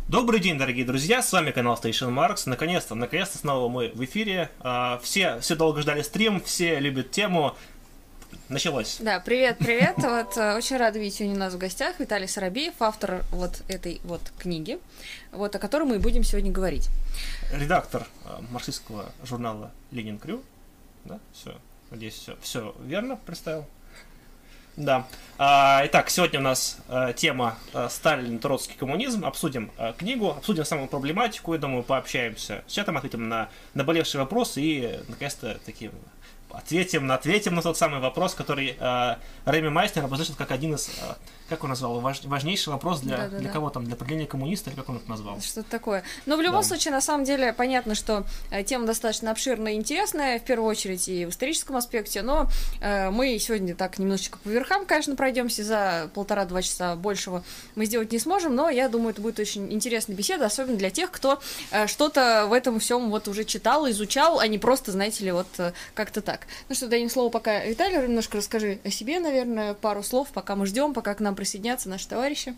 Добрый день, дорогие друзья, с вами канал Station Marks. Наконец-то снова мы в эфире. Все долго ждали стрим, все любят тему. Началось. Да, привет. Вот очень рада видеть сегодня у нас в гостях Виталий Сарабеев, автор вот этой вот книги, вот о которой мы и будем сегодня говорить. Редактор марксистского журнала «Ленин Крю». Да, все. Надеюсь, все верно представил. Да. Итак, сегодня у нас тема Сталин, Троцкий, коммунизм. Обсудим книгу, обсудим саму проблематику. Я думаю, пообщаемся с чатом, ответим на наболевшие вопросы и, наконец-то, такие ответим на тот самый вопрос, который Рэми Майснер обозначил как один из, как он назвал, важнейший вопрос для кого там, для определения коммуниста, или как он это назвал? Что-то такое. Но в любом случае, на самом деле, понятно, что тема достаточно обширная и интересная, в первую очередь и в историческом аспекте, но мы сегодня так немножечко по верхам, конечно, пройдемся, за 1,5-2 часа большего мы сделать не сможем, но я думаю, это будет очень интересная беседа, особенно для тех, кто что-то в этом всем вот уже читал, изучал, а не просто, знаете ли, вот как-то так. Ну что, дадим слово пока Виталию, немножко расскажи о себе, наверное, пару слов, пока мы ждем, пока к нам присоединятся наши товарищи.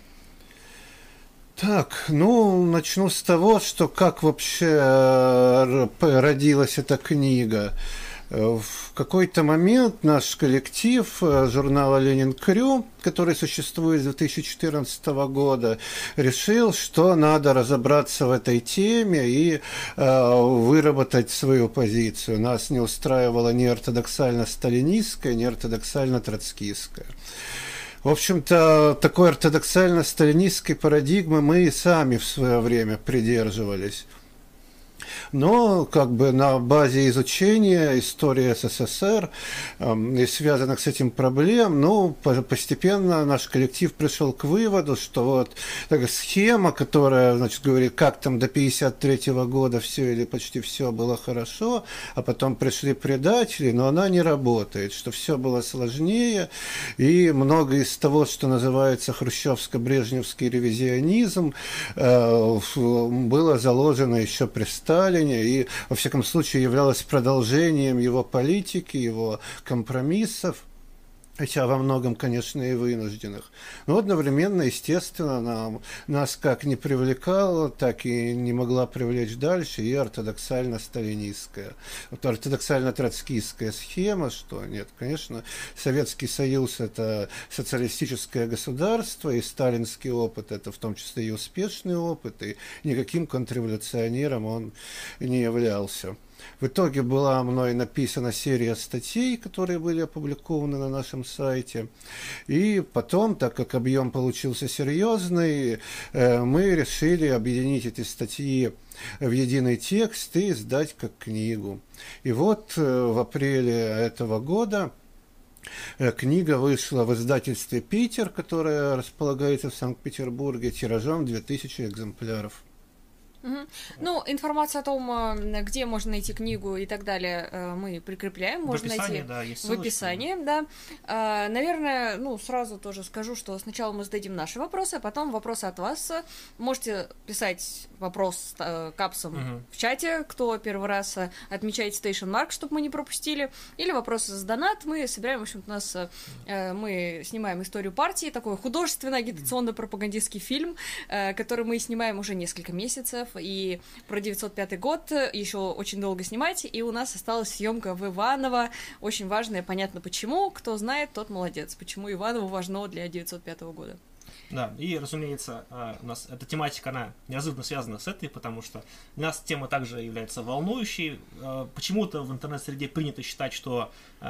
Так, начну с того, что как вообще родилась эта книга. В какой-то момент наш коллектив журнала «Ленин Крю», который существует с 2014 года, решил, что надо разобраться в этой теме и выработать свою позицию. Нас не устраивала ни ортодоксально-сталинистская, ни ортодоксально-троцкистская. В общем-то, такой ортодоксально-сталинистской парадигмы мы и сами в свое время придерживались. Но как бы на базе изучения истории СССР и связанных с этим проблем, постепенно наш коллектив пришел к выводу, что вот такая схема, которая, значит, говорит, как там до 1953 года все или почти все было хорошо, а потом пришли предатели, но она не работает, что все было сложнее, и многое из того, что называется хрущевско-брежневский ревизионизм, было заложено еще при Сталине, и, во всяком случае, являлось продолжением его политики, его компромиссов, хотя во многом, конечно, и вынужденных. Но одновременно, естественно, нас как не привлекала, так и не могла привлечь дальше и ортодоксально-сталинистская, ортодоксально-троцкистская схема, что нет, конечно, Советский Союз – это социалистическое государство, и сталинский опыт – это в том числе и успешный опыт, и никаким контрреволюционером он не являлся. В итоге была мной написана серия статей, которые были опубликованы на нашем сайте. И потом, так как объем получился серьезный, мы решили объединить эти статьи в единый текст и издать как книгу. И вот в апреле этого года книга вышла в издательстве «Питер», которое располагается в Санкт-Петербурге, тиражом 2000 экземпляров. Информацию о том, где можно найти книгу и так далее, мы прикрепляем. Можно найти в описании, да. Наверное, сразу тоже скажу, что сначала мы зададим наши вопросы, а потом вопросы от вас. Можете писать вопрос капсом в чате, кто первый раз отмечает Station Mark, чтобы мы не пропустили, или вопросы за донат. Мы собираем, в общем-то, мы снимаем историю партии, такой художественно-агитационно-пропагандистский фильм, который мы снимаем уже несколько месяцев. И про 905 год еще очень долго снимать, и у нас осталась съемка в Иваново, очень важная, понятно почему, кто знает, тот молодец, почему Иваново важно для 905 года. Да, и, разумеется, у нас эта тематика, она неразрывно связана с этой, потому что для нас тема также является волнующей. Почему-то в интернет-среде принято считать, что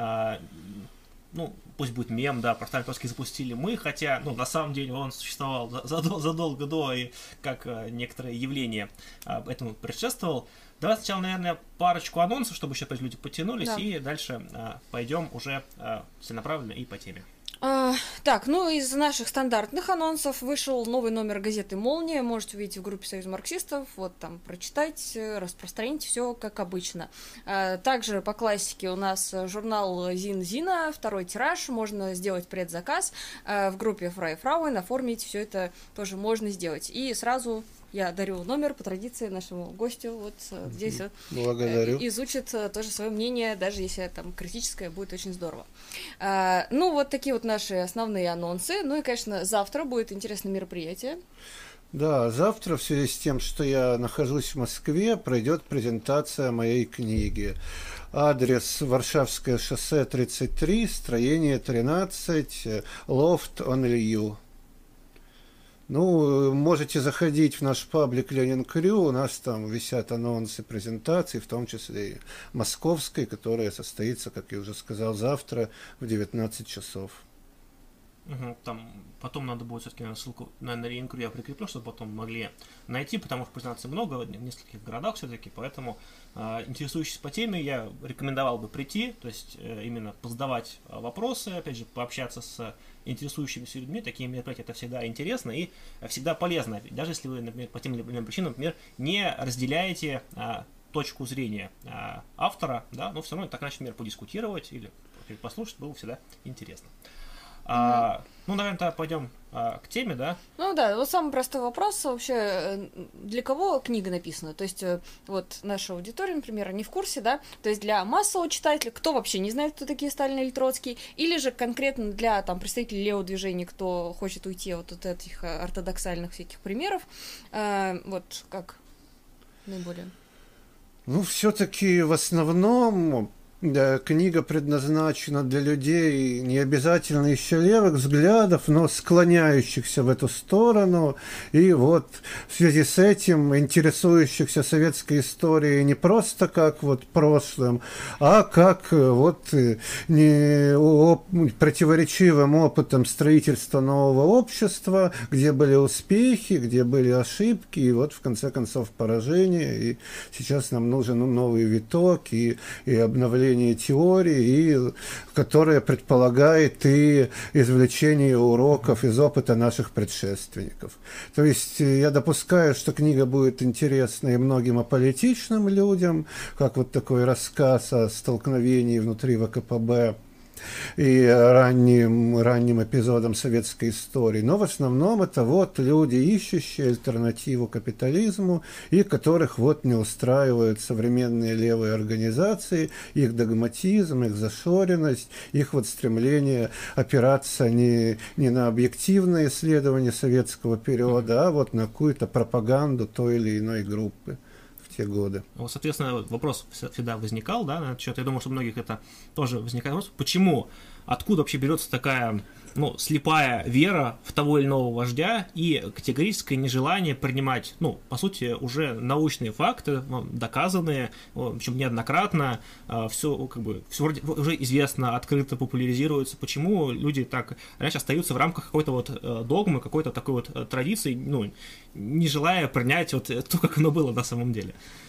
пусть будет мем, да, про Сталин Троцкий запустили мы, хотя, на самом деле он существовал задолго до, и как некоторое явление этому предшествовал. Давай сначала, наверное, парочку анонсов, чтобы еще люди подтянулись, да. И дальше пойдем уже целенаправленно и по теме. Из наших стандартных анонсов вышел новый номер газеты «Молния». Можете увидеть в группе Союза марксистов, вот там прочитать, распространить все как обычно. Также по классике у нас журнал «Зина», второй тираж, можно сделать предзаказ в группе Фрай Фрауэн, оформить все это тоже можно сделать. И сразу я дарю номер по традиции нашему гостю, вот здесь вот изучит тоже свое мнение, даже если там критическое, будет очень здорово. Ну, вот такие вот наши основные анонсы. Ну и, конечно, завтра будет интересное мероприятие. Да, завтра в связи с тем, что я нахожусь в Москве, пройдет презентация моей книги. Адрес: Варшавское шоссе 33, строение 13, лофт on Илью. Ну, можете заходить в наш паблик Ленин Крю, у нас там висят анонсы презентаций, в том числе и московской, которая состоится, как я уже сказал, завтра в 19 часов. Там потом надо будет все-таки ссылку на Ленин Крю я прикреплю, чтобы потом могли найти, потому что презентаций много в нескольких городах все-таки, поэтому интересующиеся по теме я рекомендовал бы прийти, то есть именно позадавать вопросы, опять же, пообщаться с интересующимися людьми. Такие мероприятия — это всегда интересно и всегда полезно, даже если вы, например, по тем или иным причинам, например, не разделяете точку зрения автора, да, но все равно так иначе, например, подискутировать или послушать было всегда интересно. Ну, наверное, тогда пойдем к теме, да? Ну да, вот самый простой вопрос вообще, для кого книга написана? То есть вот наша аудитория, например, не в курсе, да? То есть для массового читателя, кто вообще не знает, кто такие Сталин или Троцкий, или же конкретно для там представителей левого движения, кто хочет уйти вот от этих ортодоксальных всяких примеров, вот как наиболее? Ну, все-таки в основном книга предназначена для людей не обязательно еще левых взглядов, но склоняющихся в эту сторону. И вот в связи с этим интересующихся советской историей не просто как вот прошлым, а как вот противоречивым опытом строительства нового общества, где были успехи, где были ошибки, и вот в конце концов поражения. И сейчас нам нужен новый виток и обновление теории, которая предполагает и извлечение уроков из опыта наших предшественников. То есть я допускаю, что книга будет интересна и многим аполитичным людям, как вот такой рассказ о столкновении внутри ВКПБ и ранним эпизодом советской истории. Но в основном это вот люди, ищущие альтернативу капитализму, и которых вот не устраивают современные левые организации, их догматизм, их зашоренность, их вот стремление опираться не на объективное исследование советского периода, а вот на какую-то пропаганду той или иной группы. Те годы. Вот, соответственно, вопрос всегда возникал, да, на этот счет. Я думаю, что у многих это тоже возникает вопрос. Почему, откуда вообще берется такая, слепая вера в того или иного вождя и категорическое нежелание принимать, по сути, уже научные факты, доказанные, причем неоднократно, все уже известно, открыто популяризируется. Почему люди так раньше остаются в рамках какой-то вот догмы, какой-то такой вот традиции, не желая принять вот то, как оно было на самом деле?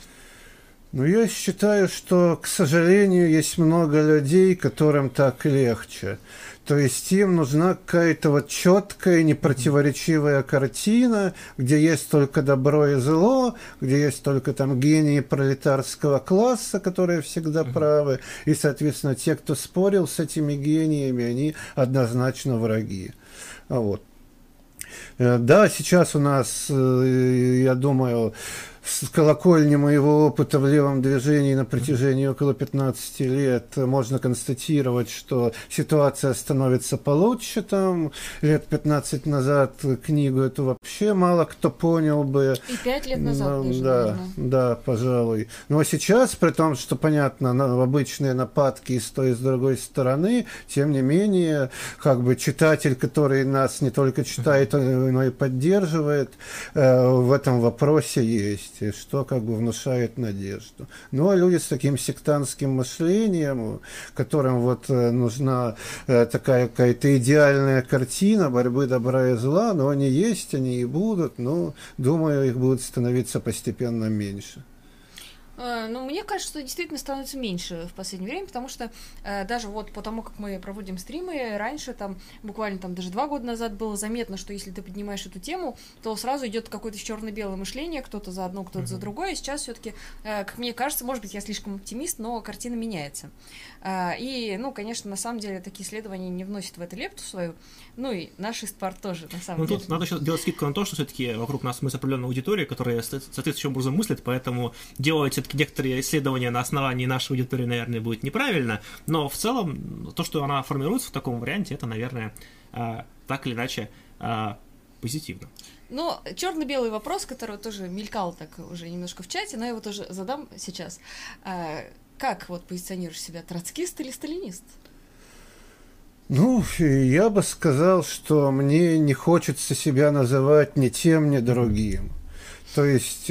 Я считаю, что, к сожалению, есть много людей, которым так легче. То есть им нужна какая-то вот четкая, непротиворечивая картина, где есть только добро и зло, где есть только там гении пролетарского класса, которые всегда правы, и, соответственно, те, кто спорил с этими гениями, они однозначно враги. Вот. Да, сейчас у нас, я думаю, с колокольни моего опыта в левом движении на протяжении около 15 лет можно констатировать, что ситуация становится получше. Там лет 15 назад книгу эту вообще мало кто понял бы. И 5 лет назад даже, да, пожалуй. Но сейчас, при том, что, понятно, обычные нападки и с той, и с другой стороны, тем не менее, читатель, который нас не только читает, но и поддерживает, в этом вопросе есть. Что внушает надежду. А люди с таким сектантским мышлением, которым нужна такая какая-то идеальная картина борьбы добра и зла, но они есть, они и будут, думаю, их будет становиться постепенно меньше. Ну, мне кажется, что действительно становится меньше в последнее время, потому что даже вот потому, как мы проводим стримы, раньше там, буквально там даже 2 года назад было заметно, что если ты поднимаешь эту тему, то сразу идет какое-то черно-белое мышление, кто-то за одно, кто-то за другое, и сейчас все-таки, как мне кажется, может быть, я слишком оптимист, но картина меняется. И, ну, конечно, на самом деле такие исследования не вносят в это лепту свою, ну и наш Истпарт тоже, на самом деле. Тут надо еще делать скидку на то, что все-таки вокруг нас мы с определенной аудиторией, которая соответствующим образом мыслит, поэтому делать все-таки некоторые исследования на основании нашей аудитории, наверное, будет неправильно, но в целом то, что она формируется в таком варианте, это, наверное, так или иначе позитивно. Ну, черно-белый вопрос, который тоже мелькал так уже немножко в чате, но я его тоже задам сейчас. Как вот позиционируешь себя, троцкист или сталинист? Ну, я бы сказал, что мне не хочется себя называть ни тем, ни другим. То есть,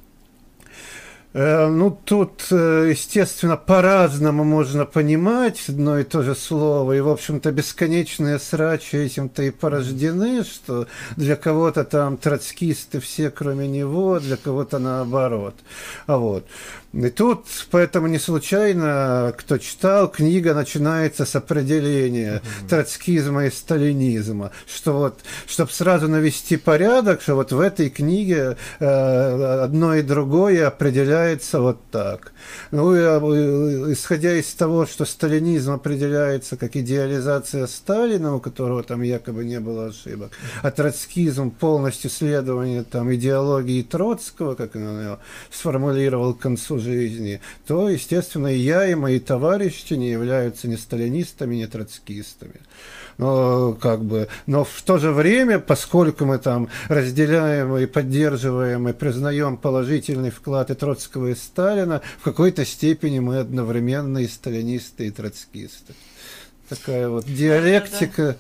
ну, тут, естественно, по-разному можно понимать одно и то же слово, и, в общем-то, бесконечные срачи этим-то и порождены, что для кого-то там троцкисты все, кроме него, для кого-то наоборот. Вот. И тут, поэтому не случайно, кто читал, книга начинается с определения троцкизма и сталинизма, что вот, чтобы сразу навести порядок, что вот в этой книге одно и другое определяется вот так. Ну, исходя из того, что сталинизм определяется как идеализация Сталина, у которого там якобы не было ошибок, а троцкизм полностью следование там идеологии Троцкого, как он его сформулировал к концу жизни, то, естественно, и я, и мои товарищи не являются ни сталинистами, ни троцкистами. Но, но в то же время, поскольку мы там разделяем и поддерживаем и признаем положительный вклад и Троцкого, и Сталина, в какой-то степени мы одновременно и сталинисты, и троцкисты. Такая вот диалектика.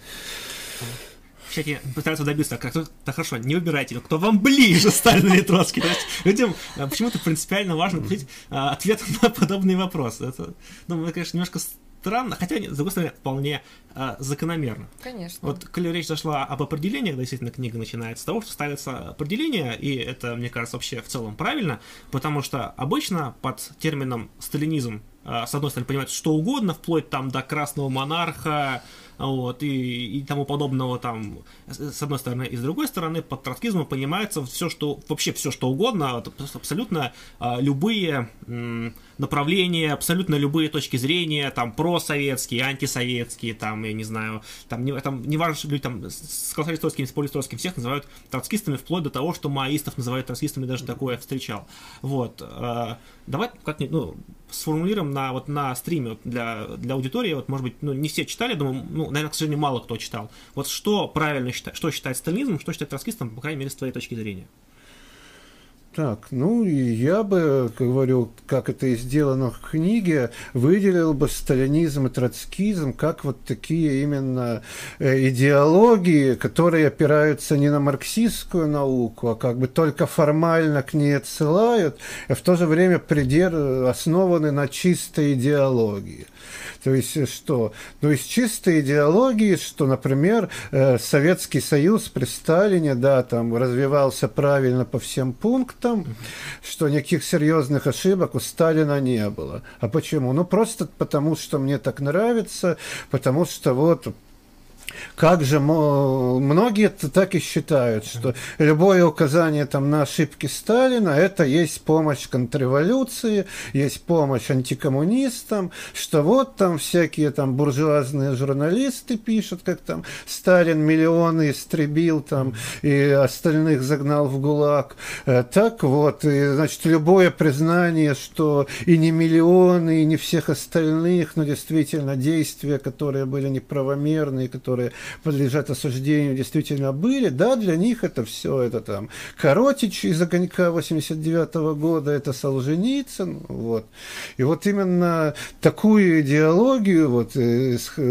Все-таки пытаются добиться, как-то хорошо, не выбирайте, но кто вам ближе, Сталин или Троцкий. То есть людям почему-то принципиально важно получить ответ на подобные вопросы. Это, ну, конечно, немножко странно, хотя, с другой стороны, вполне закономерно. Конечно. Вот, когда речь зашла об определениях, да, действительно, книга начинается с того, что ставится определение, и это, мне кажется, вообще в целом правильно, потому что обычно под термином сталинизм, с одной стороны, понимается что угодно, вплоть там до красного монарха, вот, и тому подобного там, с одной стороны, и с другой стороны, под троцкизмом понимается все, что, вообще все, что угодно, абсолютно любые направления, абсолютно любые точки зрения, там, просоветские, антисоветские, там, я не знаю, там не важно, что люди там с колосоветским, с полистройским всех называют троцкистами, вплоть до того, что маоистов называют троцкистами, даже такое встречал. Вот, давай как-нибудь, сформулируем на стриме вот, для аудитории, вот, может быть, не все читали, думаю, наверное, к сожалению, мало кто читал. Вот что правильно считать, что считать сталинизмом, что считать троцкистом, по крайней мере, с твоей точки зрения. Так, я бы, говорю, как это и сделано в книге, выделил бы сталинизм и троцкизм как вот такие именно идеологии, которые опираются не на марксистскую науку, а как бы только формально к ней отсылают, а в то же время основаны на чистой идеологии. То есть что? Ну, из чистой идеологии, что, например, Советский Союз при Сталине, да, там развивался правильно по всем пунктам, что никаких серьезных ошибок у Сталина не было. А почему? Ну, просто потому, что мне так нравится, потому что вот... Как же многие так и считают, что любое указание там на ошибки Сталина это есть помощь контрреволюции, есть помощь антикоммунистам, что вот там всякие там буржуазные журналисты пишут, как там Сталин миллионы истребил там и остальных загнал в ГУЛАГ. Так вот, и, значит, любое признание, что и не миллионы, и не всех остальных, но действительно действия, которые были неправомерные, которые подлежат осуждению, действительно были, да, для них это все, это там Коротич из «Огонька» 89-го года, это Солженицын, вот. И вот именно такую идеологию, вот,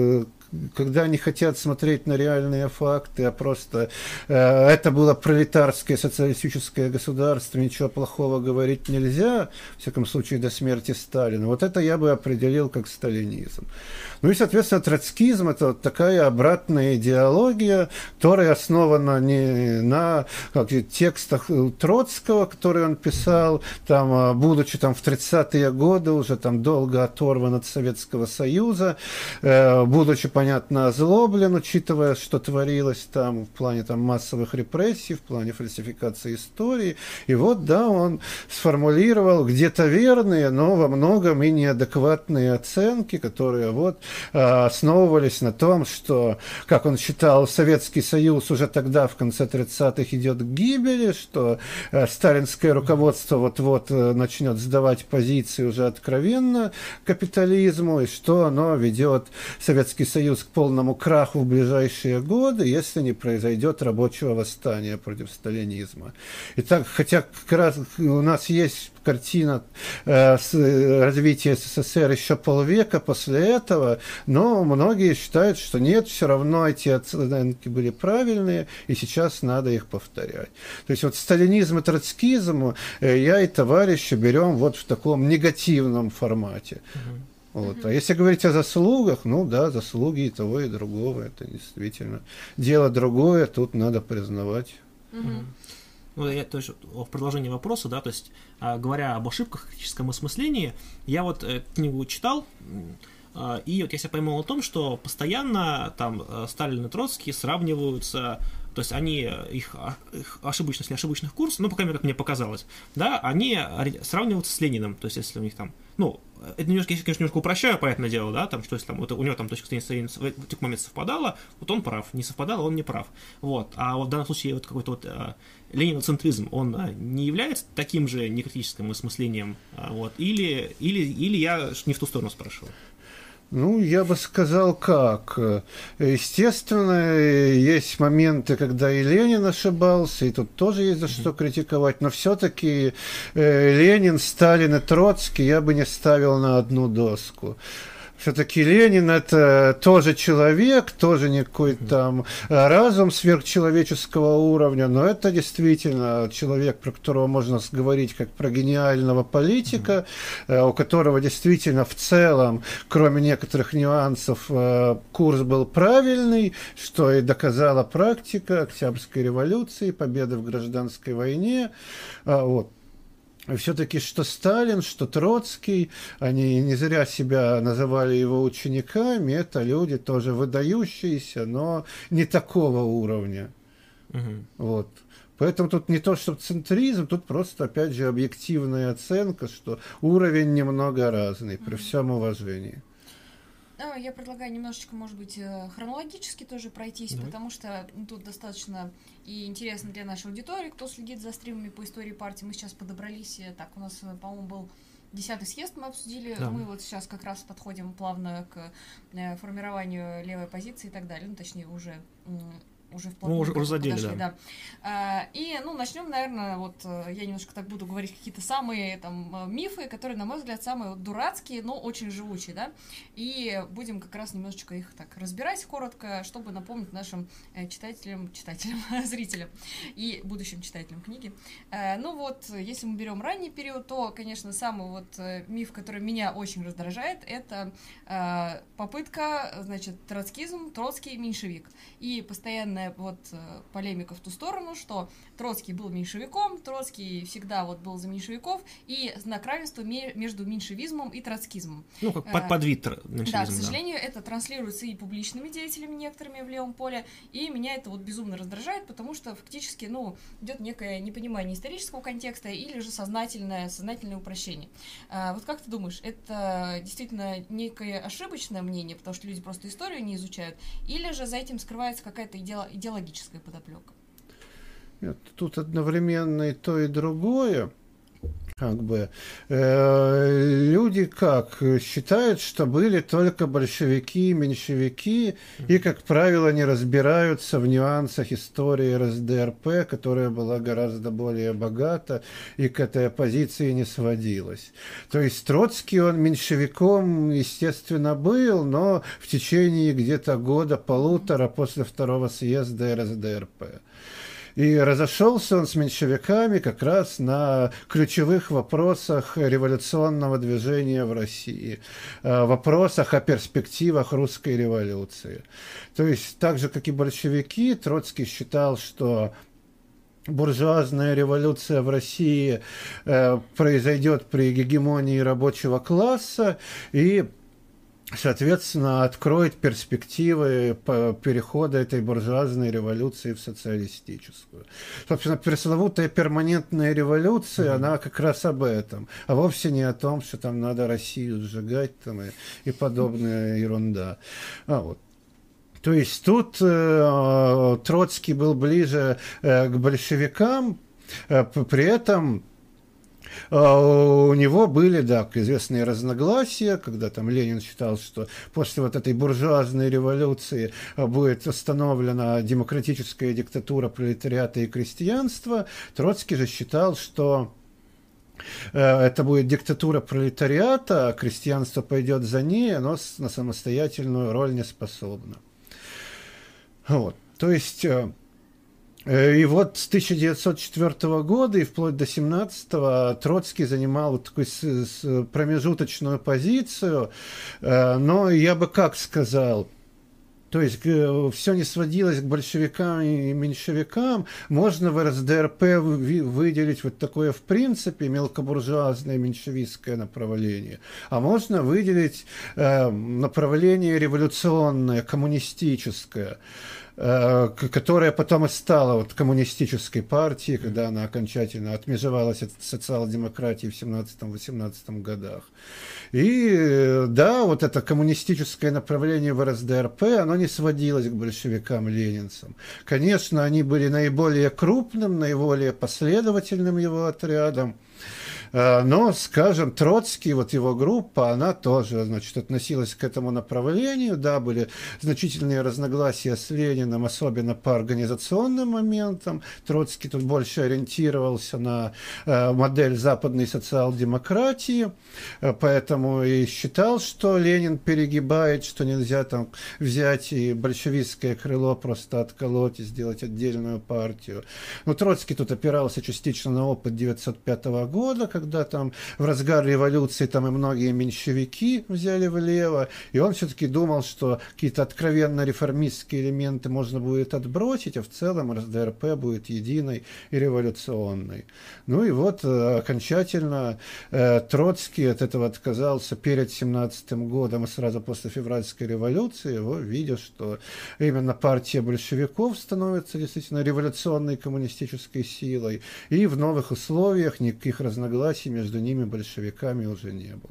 когда они хотят смотреть на реальные факты, а просто это было пролетарское социалистическое государство, ничего плохого говорить нельзя, в всяком случае до смерти Сталина, вот это я бы определил как сталинизм. Ну и, соответственно, троцкизм – это вот такая обратная идеология, которая основана не на текстах Троцкого, которые он писал, там, будучи там, в 30-е годы, уже там долго оторван от Советского Союза, будучи, понятно, озлоблен, учитывая, что творилось там в плане там, массовых репрессий, в плане фальсификации истории. И вот, да, он сформулировал где-то верные, но во многом и неадекватные оценки, которые вот основывались на том, что, как он считал, Советский Союз уже тогда, в конце 30-х, идет к гибели, что сталинское руководство вот-вот начнет сдавать позиции уже откровенно капитализму, и что оно ведет Советский Союз к полному краху в ближайшие годы, если не произойдет рабочего восстания против сталинизма. Итак, хотя как раз у нас есть картина развития СССР еще полвека после этого, но многие считают, что нет, все равно эти оценки были правильные, и сейчас надо их повторять. То есть вот сталинизм и троцкизм я и товарищи берем вот в таком негативном формате. Вот. А если говорить о заслугах, ну да, заслуги и того, и другого, это действительно дело другое, тут надо признавать. Ну, я, то есть, в продолжении вопроса, да, то есть, говоря об ошибках, критическом осмыслении, я вот книгу читал, и вот я себя поймал о том, что постоянно там Сталин и Троцкий сравниваются, то есть они, их ошибочность или ошибочных курсов, ну, по крайней мере, как мне показалось, да, они сравниваются с Лениным, то есть если у них там, ну, это немножко, я, конечно, немножко упрощаю, понятное дело, да, там, что если там, вот, у него там точка зрения в этот момент совпадала, вот он прав, не совпадала, он не прав, вот, а вот в данном случае вот какой-то вот лениноцентризм, он не является таким же некритическим осмыслением, вот, или я не в ту сторону спрашиваю? Ну, я бы сказал, как. Естественно, есть моменты, когда и Ленин ошибался, и тут тоже есть за что критиковать, но все-таки Ленин, Сталин и Троцкий я бы не ставил на одну доску. Все-таки Ленин – это тоже человек, тоже не какой-то там разум сверхчеловеческого уровня, но это действительно человек, про которого можно говорить как про гениального политика, у которого действительно в целом, кроме некоторых нюансов, курс был правильный, что и доказала практика Октябрьской революции, победы в гражданской войне. Вот. Все-таки что Сталин, что Троцкий, они не зря себя называли его учениками, это люди тоже выдающиеся, но не такого уровня. Вот. Поэтому тут не то, что центризм, тут просто, опять же, объективная оценка, что уровень немного разный, при всем уважении. Я предлагаю немножечко, может быть, хронологически тоже пройтись, потому что тут достаточно и интересно для нашей аудитории, кто следит за стримами по истории партии. Мы сейчас подобрались, так, у нас, по-моему, был 10-й съезд, мы обсудили, мы вот сейчас как раз подходим плавно к формированию левой позиции и так далее, ну, точнее, уже вплотную уже задели, подошли, да. И, ну, начнем, наверное, вот я немножко так буду говорить какие-то самые там мифы, которые, на мой взгляд, самые вот дурацкие, но очень живучие, да, и будем как раз немножечко их так разбирать коротко, чтобы напомнить нашим читателям, зрителям и будущим читателям книги. Ну вот, если мы берем ранний период, то, конечно, самый вот миф, который меня очень раздражает, это попытка, значит, троцкизм, Троцкий, меньшевик. И постоянная вот полемика в ту сторону, что Троцкий был меньшевиком, Троцкий всегда вот был за меньшевиков, и знак равенства между меньшевизмом и троцкизмом. Ну, как подвид меньшевизма. Да, к сожалению, это транслируется и публичными деятелями некоторыми в левом поле, и меня это вот безумно раздражает, потому что фактически, ну, идет некое непонимание исторического контекста или же сознательное упрощение. Вот как ты думаешь, это действительно некое ошибочное мнение, потому что люди просто историю не изучают, или же за этим скрывается какая-то идеологическая подоплека? Нет, тут одновременно и то, и другое. Люди считают, что были только большевики и меньшевики, и, как правило, не разбираются в нюансах истории РСДРП, которая была гораздо более богата и к этой оппозиции не сводилась. То есть Троцкий, он меньшевиком, естественно, был, но в течение где-то года-полутора после второго съезда РСДРП. И разошелся он с меньшевиками как раз на ключевых вопросах революционного движения в России, вопросах о перспективах русской революции. То есть, так же, как и большевики, Троцкий считал, что буржуазная революция в России произойдет при гегемонии рабочего класса и, соответственно, откроет перспективы перехода этой буржуазной революции в социалистическую. Собственно, пресловутая перманентная революция, она как раз об этом, а вовсе не о том, что там надо Россию сжигать там, и подобная ерунда. Вот. То есть тут Троцкий был ближе к большевикам, при этом у него были, да, известные разногласия, когда там Ленин считал, что после вот этой буржуазной революции будет установлена демократическая диктатура пролетариата и крестьянства. Троцкий же считал, что это будет диктатура пролетариата, а крестьянство пойдет за ней, оно на самостоятельную роль не способно. Вот. То есть... И вот с 1904 года и вплоть до 1917 Троцкий занимал вот такую промежуточную позицию, но я бы как сказал, то есть все не сводилось к большевикам и меньшевикам, можно в РСДРП выделить вот такое в принципе мелкобуржуазное меньшевистское направление, а можно выделить направление революционное, коммунистическое, которая потом и стала вот коммунистической партией, когда она окончательно отмежевалась от социал-демократии в 17-18 годах. И да, вот это коммунистическое направление в РСДРП, оно не сводилось к большевикам-ленинцам. Конечно, они были наиболее крупным, наиболее последовательным его отрядом. Но, скажем, Троцкий, вот его группа, она тоже, значит, относилась к этому направлению, да, были значительные разногласия с Лениным, особенно по организационным моментам. Троцкий тут больше ориентировался на модель западной социал-демократии, поэтому и считал, что Ленин перегибает, что нельзя там взять и большевистское крыло просто отколоть и сделать отдельную партию. Но Троцкий тут опирался частично на опыт 1905 года, когда там в разгар революции там и многие меньшевики взяли влево, и он все-таки думал, что какие-то откровенно реформистские элементы можно будет отбросить, а в целом РСДРП будет единой и революционной. Ну и вот окончательно Троцкий от этого отказался перед 1917 годом и сразу после февральской революции, его видя, что именно партия большевиков становится действительно революционной коммунистической силой, и в новых условиях никаких разногласий между ними, большевиками, уже не было.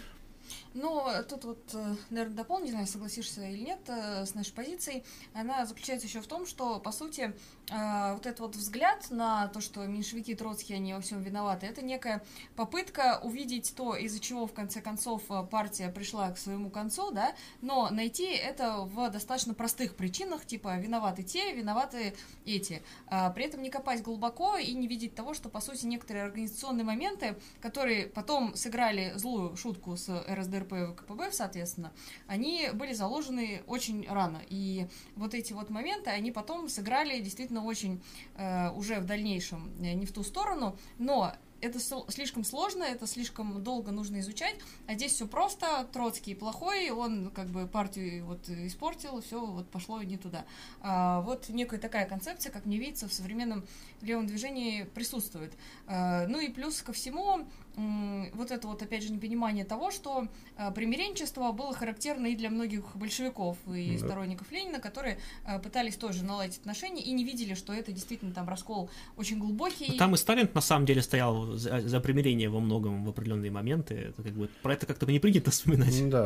Ну, тут вот, наверное, дополню, не знаю, согласишься или нет с нашей позицией, она заключается еще в том, что, по сути, вот этот вот взгляд на то, что меньшевики и Троцкий, они во всем виноваты, это некая попытка увидеть то, из-за чего, в конце концов, партия пришла к своему концу, да, но найти это в достаточно простых причинах, типа виноваты те, виноваты эти. При этом не копать глубоко и не видеть того, что, по сути, некоторые организационные моменты, которые потом сыграли злую шутку с РСДРП и ВКПБ, соответственно, они были заложены очень рано. И вот эти вот моменты, они потом сыграли действительно очень уже в дальнейшем не в ту сторону, но это слишком сложно, это слишком долго нужно изучать, а здесь все просто, Троцкий плохой, он как бы партию вот испортил, все вот пошло не туда. Вот некая такая концепция, как мне видится, в современном левом движении присутствует. Ну и плюс ко всему, вот это вот опять же непонимание того, что примиренчество было характерно и для многих большевиков и сторонников Ленина, которые пытались тоже наладить отношения и не видели, что это действительно там раскол очень глубокий. Там и Сталин на самом деле стоял за примирение во многом в определенные моменты. Это как бы, про это как-то не принято вспоминать. Да.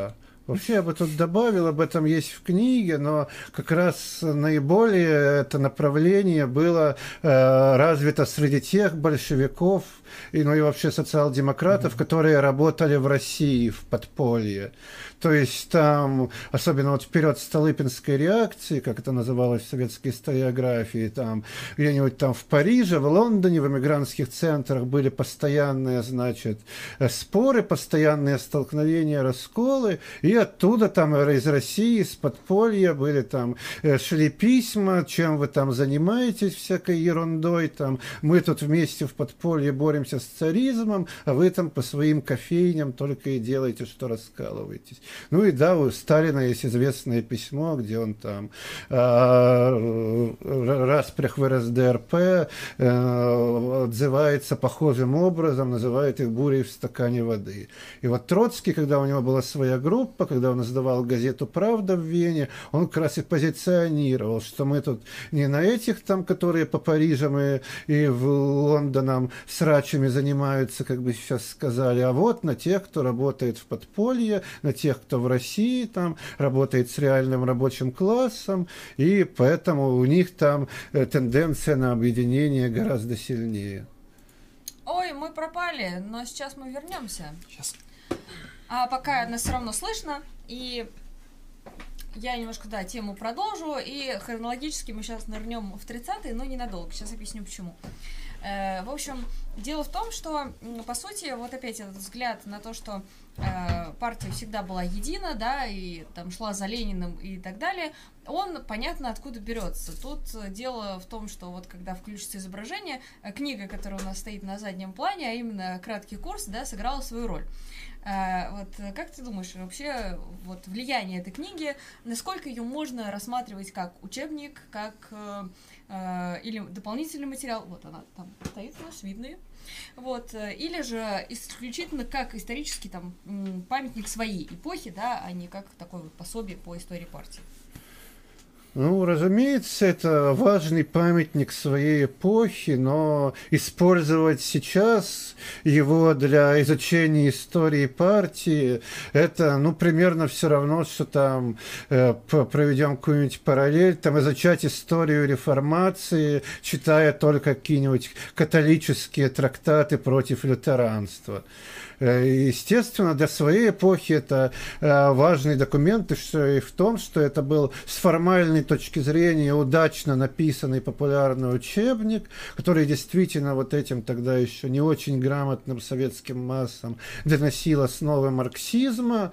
Вообще, я бы тут добавил, об этом есть в книге, но как раз наиболее это направление было развито среди тех большевиков, ну и вообще социал-демократов, которые работали в России в подполье. То есть там, особенно вот в период Столыпинской реакции, как это называлось в советской историографии, там где-нибудь там в Париже, в Лондоне, в эмигрантских центрах были постоянные, значит, споры, постоянные столкновения, расколы, и оттуда там из России, из подполья были там, шли письма, чем вы там занимаетесь, всякой ерундой, там, мы тут вместе в подполье боремся с царизмом, а вы там по своим кофейням только и делаете, что раскалываетесь. Ну и да, у Сталина есть известное письмо, где он там распрях в РСДРП отзывается похожим образом, называет их бурей в стакане воды. И вот Троцкий, когда у него была своя группа, когда он издавал газету «Правда» в Вене, он как раз и позиционировал, что мы тут не на этих там, которые по Парижам и в Лондонам срачами занимаются, как бы сейчас сказали, а вот на тех, кто работает в подполье, на тех, кто в России там работает с реальным рабочим классом, и поэтому у них там тенденция на объединение гораздо сильнее. Ой, мы пропали, но сейчас мы вернемся. Сейчас. А пока нас все равно слышно, и я немножко, да, тему продолжу, и хронологически мы сейчас нырнем в 30-е, но ненадолго, сейчас объясню почему. В общем, дело в том, что, по сути, вот опять этот взгляд на то, что партия всегда была едина, да, и там шла за Лениным и так далее, он, понятно, откуда берется. Тут дело в том, что вот когда включится изображение, книга, которая у нас стоит на заднем плане, а именно краткий курс, да, сыграла свою роль. Вот как ты думаешь, вообще вот влияние этой книги, насколько ее можно рассматривать как учебник, как или дополнительный материал, вот она там стоит у нас, видно ее, вот, или же исключительно как исторический там памятник своей эпохи, да, а не как такое вот пособие по истории партии? Ну, разумеется, это важный памятник своей эпохи, но использовать сейчас его для изучения истории партии, это, ну, примерно все равно, что там проведем какую-нибудь параллель, там изучать историю реформации, читая только какие-нибудь католические трактаты против лютеранства. Естественно, для своей эпохи это важный документ, и в том, что это был с формальной точки зрения удачно написанный популярный учебник, который действительно вот этим тогда еще не очень грамотным советским массам доносил основы марксизма,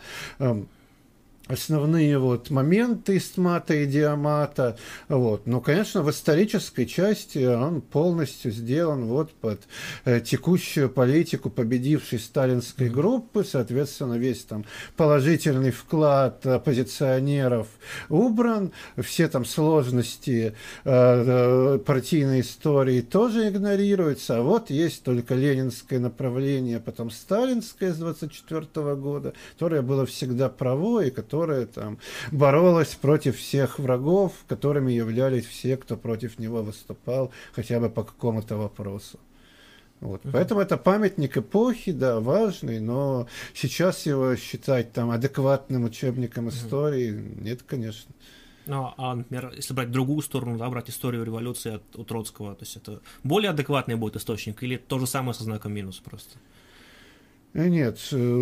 основные вот моменты истмата и диамата, вот. Но, конечно, в исторической части он полностью сделан вот под текущую политику победившей сталинской группы, соответственно, весь там положительный вклад оппозиционеров убран, все там сложности партийной истории тоже игнорируются, а вот есть только ленинское направление, потом сталинское с 24 года, которое было всегда право и которое там боролась против всех врагов, которыми являлись все, кто против него выступал, хотя бы по какому-то вопросу. Вот. Поэтому это памятник эпохи, да, важный, но сейчас его считать там адекватным учебником истории нет, конечно. Ну, а, например, если брать другую сторону, да, брать историю революции у Троцкого, то есть это более адекватный будет источник или то же самое со знаком минус просто? Нет,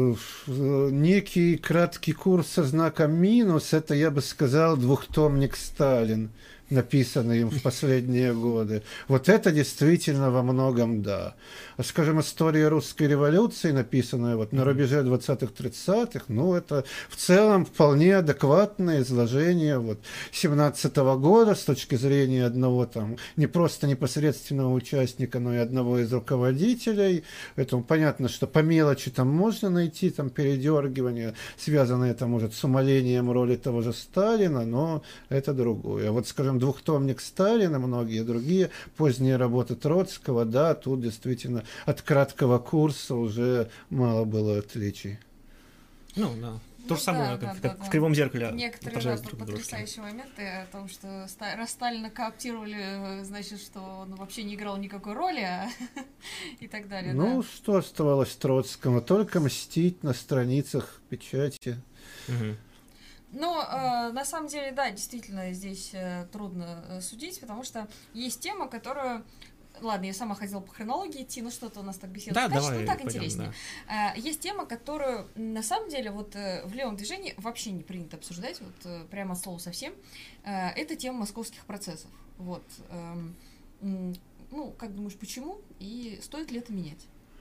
некий краткий курс со знаком минус, это, я бы сказал, двухтомник «Сталин», написанный им в последние годы. Вот это действительно во многом да. А, скажем, история русской революции, написанная вот на рубеже 20-30-х, ну, это в целом вполне адекватное изложение вот 17-го года с точки зрения одного там, не просто непосредственного участника, но и одного из руководителей. Поэтому понятно, что по мелочи там можно найти там передергивание, связанное там, может, с умалением роли того же Сталина, но это другое. А вот, скажем, двухтомник Сталина, многие другие поздние работы Троцкого, да, тут действительно от краткого курса уже мало было отличий. Ну, да. То же самое, как в «Кривом зеркале». Некоторые потрясающие моменты о том, что раз Сталина кооптировали, значит, что он вообще не играл никакой роли, и так далее. Ну, да. Что оставалось Троцкому? Только мстить на страницах печати. Ну, на самом деле, да, действительно, здесь трудно судить, потому что есть тема, которую... Ладно, я сама хотела по хронологии идти, но что-то у нас так беседа скачет, давай, так пойдем, интереснее. Да. Есть тема, которую, на самом деле, вот в левом движении вообще не принято обсуждать, вот прямо от слова совсем. Это тема московских процессов. Вот. Ну, как думаешь, почему? И стоит ли это менять?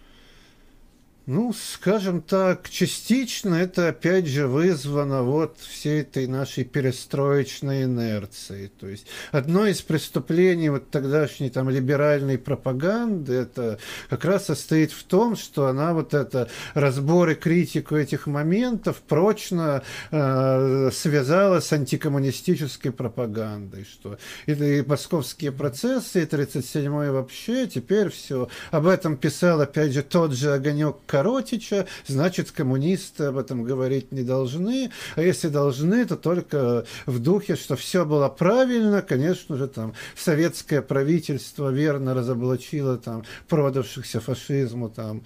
Ну, скажем так, частично это опять же вызвано вот всей этой нашей перестроечной инерцией. То есть одно из преступлений вот тогдашней там либеральной пропаганды, это как раз состоит в том, что она вот это разбор и критику этих моментов прочно связала с антикоммунистической пропагандой, что и московские процессы, и 37-й вообще, теперь все. Об этом писал опять же тот же Огонек Коротича, значит, коммунисты об этом говорить не должны, а если должны, то только в духе, что все было правильно, конечно же, там, советское правительство верно разоблачило там продавшихся фашизму там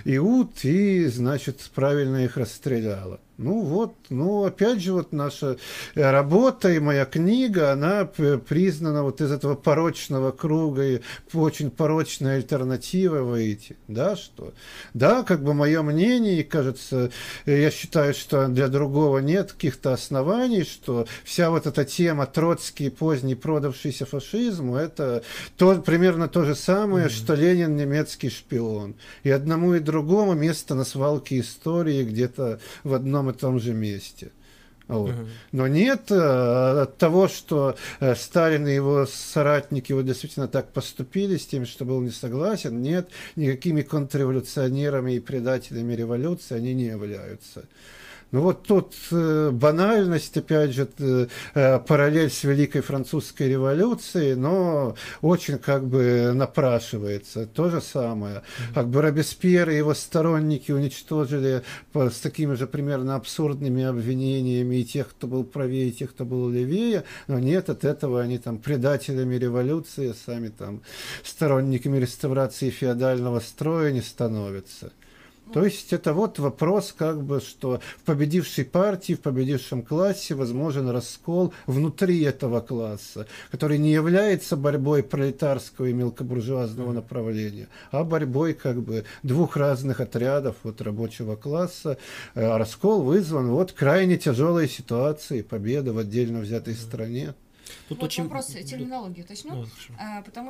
иуд и, значит, правильно их расстреляло. Ну вот, ну опять же вот наша работа и моя книга, она признана вот из этого порочного круга и очень порочной альтернативы выйти, да, что? Да, как бы мое мнение, и кажется, я считаю, что для другого нет каких-то оснований, что вся вот эта тема Троцкий, поздний продавшийся фашизму, это примерно то же самое, что Ленин немецкий шпион. И одному и другому место на свалке истории где-то в одном и том же месте. Вот. Но нет от того, что Сталин и его соратники вот действительно так поступили с тем, что был не согласен, нет, никакими контрреволюционерами и предателями революции они не являются. Ну вот тут банальность, опять же, параллель с Великой Французской революцией, но очень как бы напрашивается. То же самое. Как бы Робеспьер и его сторонники уничтожили с такими же примерно абсурдными обвинениями и тех, кто был правее, и тех, кто был левее, но нет, от этого они там предателями революции, сами там сторонниками реставрации феодального строя не становятся. То есть это вот вопрос, как бы, что в победившей партии, в победившем классе возможен раскол внутри этого класса, который не является борьбой пролетарского и мелкобуржуазного направления, а борьбой как бы двух разных отрядов вот, рабочего класса. А раскол вызван вот крайне тяжелой ситуацией победы в отдельно взятой стране. Тут вот очень... вопрос терминологии уточню, потому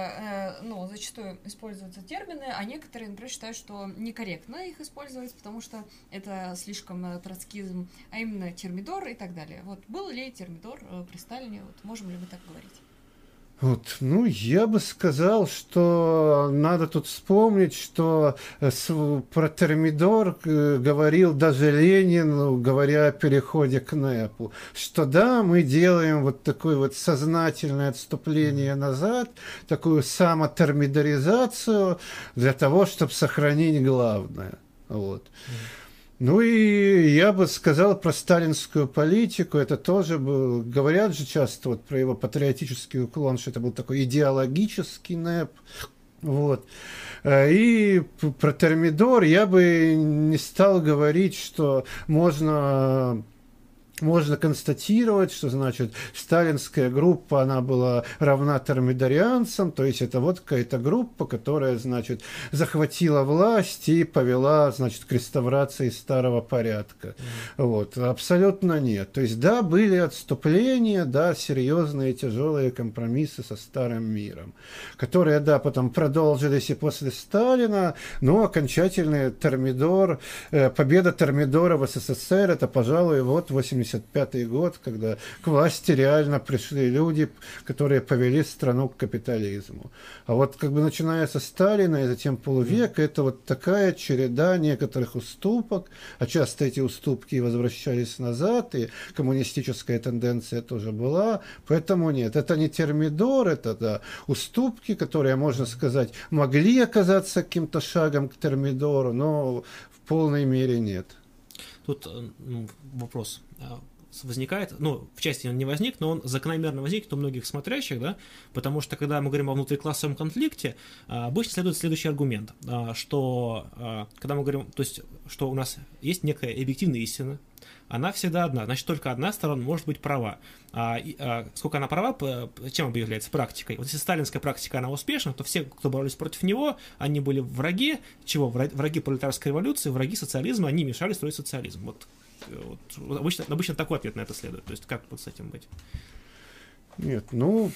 что зачастую используются термины, а некоторые, например, считают, что некорректно их использовать, потому что это слишком троцкизм, а именно термидор и так далее. Вот был ли термидор при Сталине, вот можем ли мы так говорить? Вот, ну, я бы сказал, что надо тут вспомнить, что про термидор говорил даже Ленин, говоря о переходе к НЭПу, что да, мы делаем вот такое вот сознательное отступление назад, такую самотермидоризацию для того, чтобы сохранить главное. Вот. Ну и я бы сказал про сталинскую политику, это тоже был, говорят же часто вот про его патриотический уклон, что это был такой идеологический НЭП, вот. И про термидор я бы не стал говорить, что можно констатировать, что, значит, сталинская группа, она была равна термидорианцам, то есть это вот какая-то группа, которая, значит, захватила власть и повела, значит, к реставрации старого порядка. Вот. Абсолютно нет. То есть, да, были отступления, да, серьезные тяжелые компромиссы со старым миром, которые, да, потом продолжились и после Сталина, но окончательный термидор, победа термидора в СССР, это, пожалуй, вот 1985 год, когда к власти реально пришли люди, которые повели страну к капитализму. А вот как бы начиная со Сталина и затем полувека, это вот такая череда некоторых уступок, а часто эти уступки возвращались назад, и коммунистическая тенденция тоже была, поэтому нет, это не термидор, это да, уступки, которые, можно сказать, могли оказаться каким-то шагом к термидору, но в полной мере нет. Тут вопрос. возникает, ну, в части он не возник, но он закономерно возникнет у многих смотрящих, да, потому что, когда мы говорим о внутриклассовом конфликте, обычно следует следующий аргумент, что, когда мы говорим, то есть, что у нас есть некая объективная истина, она всегда одна, значит, только одна сторона может быть права. Сколько она права, чем объявляется практикой? Вот если сталинская практика, она успешна, то все, кто боролись против него, они были враги, чего? Враги пролетарской революции, враги социализма, они мешали строить социализм. Вот обычно такой ответ на это следует. То есть, как вот с этим быть? Нет, ну...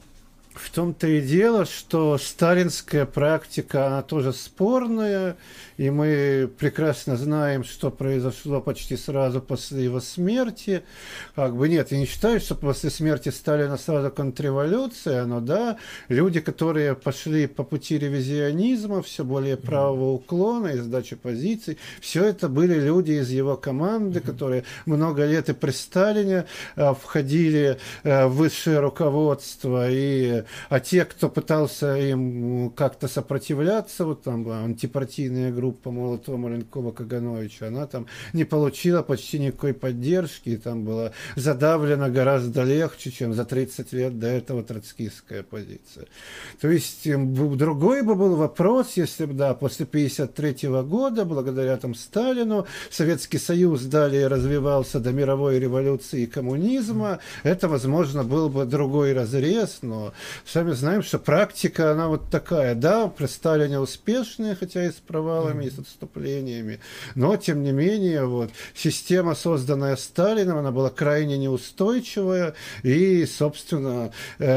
В том-то и дело, что сталинская практика, она тоже спорная, и мы прекрасно знаем, что произошло почти сразу после его смерти. Как бы нет, я не считаю, что после смерти Сталина сразу контрреволюция, но да, люди, которые пошли по пути ревизионизма, все более правого уклона и сдачи позиций, все это были люди из его команды, которые много лет и при Сталине входили в высшее руководство, а те, кто пытался им как-то сопротивляться, вот там антипартийная группа Молотова, Маленкова, Кагановича, она там не получила почти никакой поддержки, и там была задавлена гораздо легче, чем за 30 лет до этого троцкистская позиция. То есть другой бы был вопрос, если бы, да, после 1953 года, благодаря там Сталину, Советский Союз далее развивался до мировой революции и коммунизма, это, возможно, был бы другой разрез, но сами знаем, что практика, она вот такая, да, при Сталине успешная, хотя и с провалами, и с отступлениями, но, тем не менее, вот, система, созданная Сталином, она была крайне неустойчивая, и, собственно,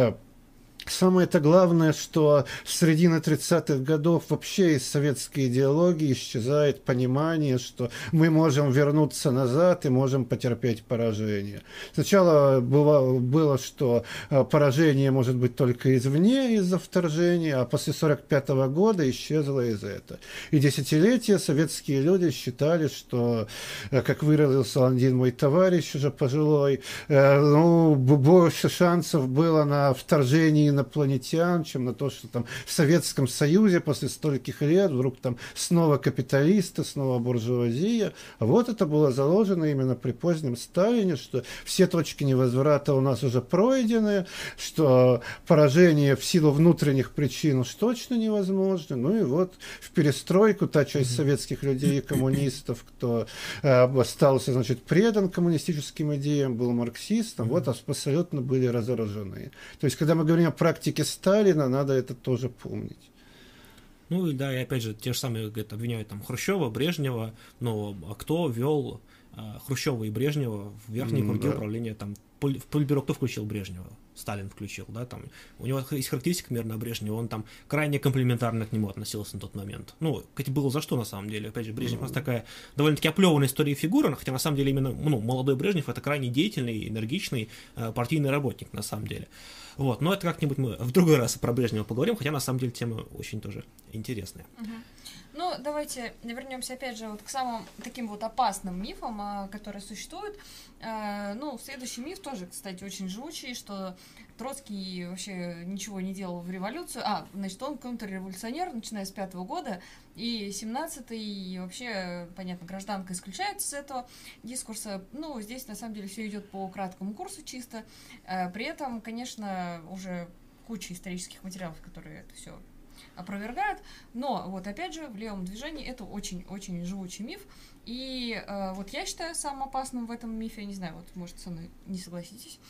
самое-то главное, что с середины 30-х годов вообще из советской идеологии исчезает понимание, что мы можем вернуться назад и можем потерпеть поражение. Сначала было, что поражение может быть только извне, из-за вторжения, а после 1945 года исчезло из этого. И десятилетия советские люди считали, что, как выразился один мой товарищ, уже пожилой, больше шансов было на вторжение инопланетян, чем на то, что там в Советском Союзе после стольких лет вдруг там снова капиталисты, снова буржуазия. А вот это было заложено именно при позднем Сталине, что все точки невозврата у нас уже пройдены, что поражение в силу внутренних причин уж точно невозможно. Ну и вот в перестройку та часть советских людей и коммунистов, кто остался, значит, предан коммунистическим идеям, был марксистом, вот абсолютно были разоружены. То есть, когда мы говорим о практике Сталина, надо это тоже помнить. Ну и да, и опять же, те же самые говорят, обвиняют там Хрущева, Брежнева, но кто вел Хрущева и Брежнева в верхние круги управления, там, в Политбюро кто включил Брежнева? Сталин включил, да, там, у него есть характеристика примерно Брежнева, он там крайне комплиментарно к нему относился на тот момент. Ну, кстати, было за что, на самом деле. Опять же, Брежнев у нас такая довольно-таки оплеванная история фигура, хотя, на самом деле, именно, молодой Брежнев — это крайне деятельный, энергичный партийный работник, на самом деле. Вот, но это как-нибудь мы в другой раз про Брежнева поговорим, хотя, на самом деле, тема очень тоже интересная. Ну, давайте вернемся опять же вот к самым таким вот опасным мифам, которые существуют. Ну, следующий миф тоже, кстати, очень живучий, что Троцкий вообще ничего не делал в революцию. Значит, он контрреволюционер, начиная с 5-го года, и 17-й, и вообще, понятно, гражданка исключается из этого дискурса. Ну, здесь, на самом деле, все идет по краткому курсу чисто. При этом, конечно, уже куча исторических материалов, которые это все опровергают, но вот опять же в левом движении это очень-очень живучий миф, и вот я считаю самым опасным в этом мифе, я не знаю, вот может со мной не согласитесь,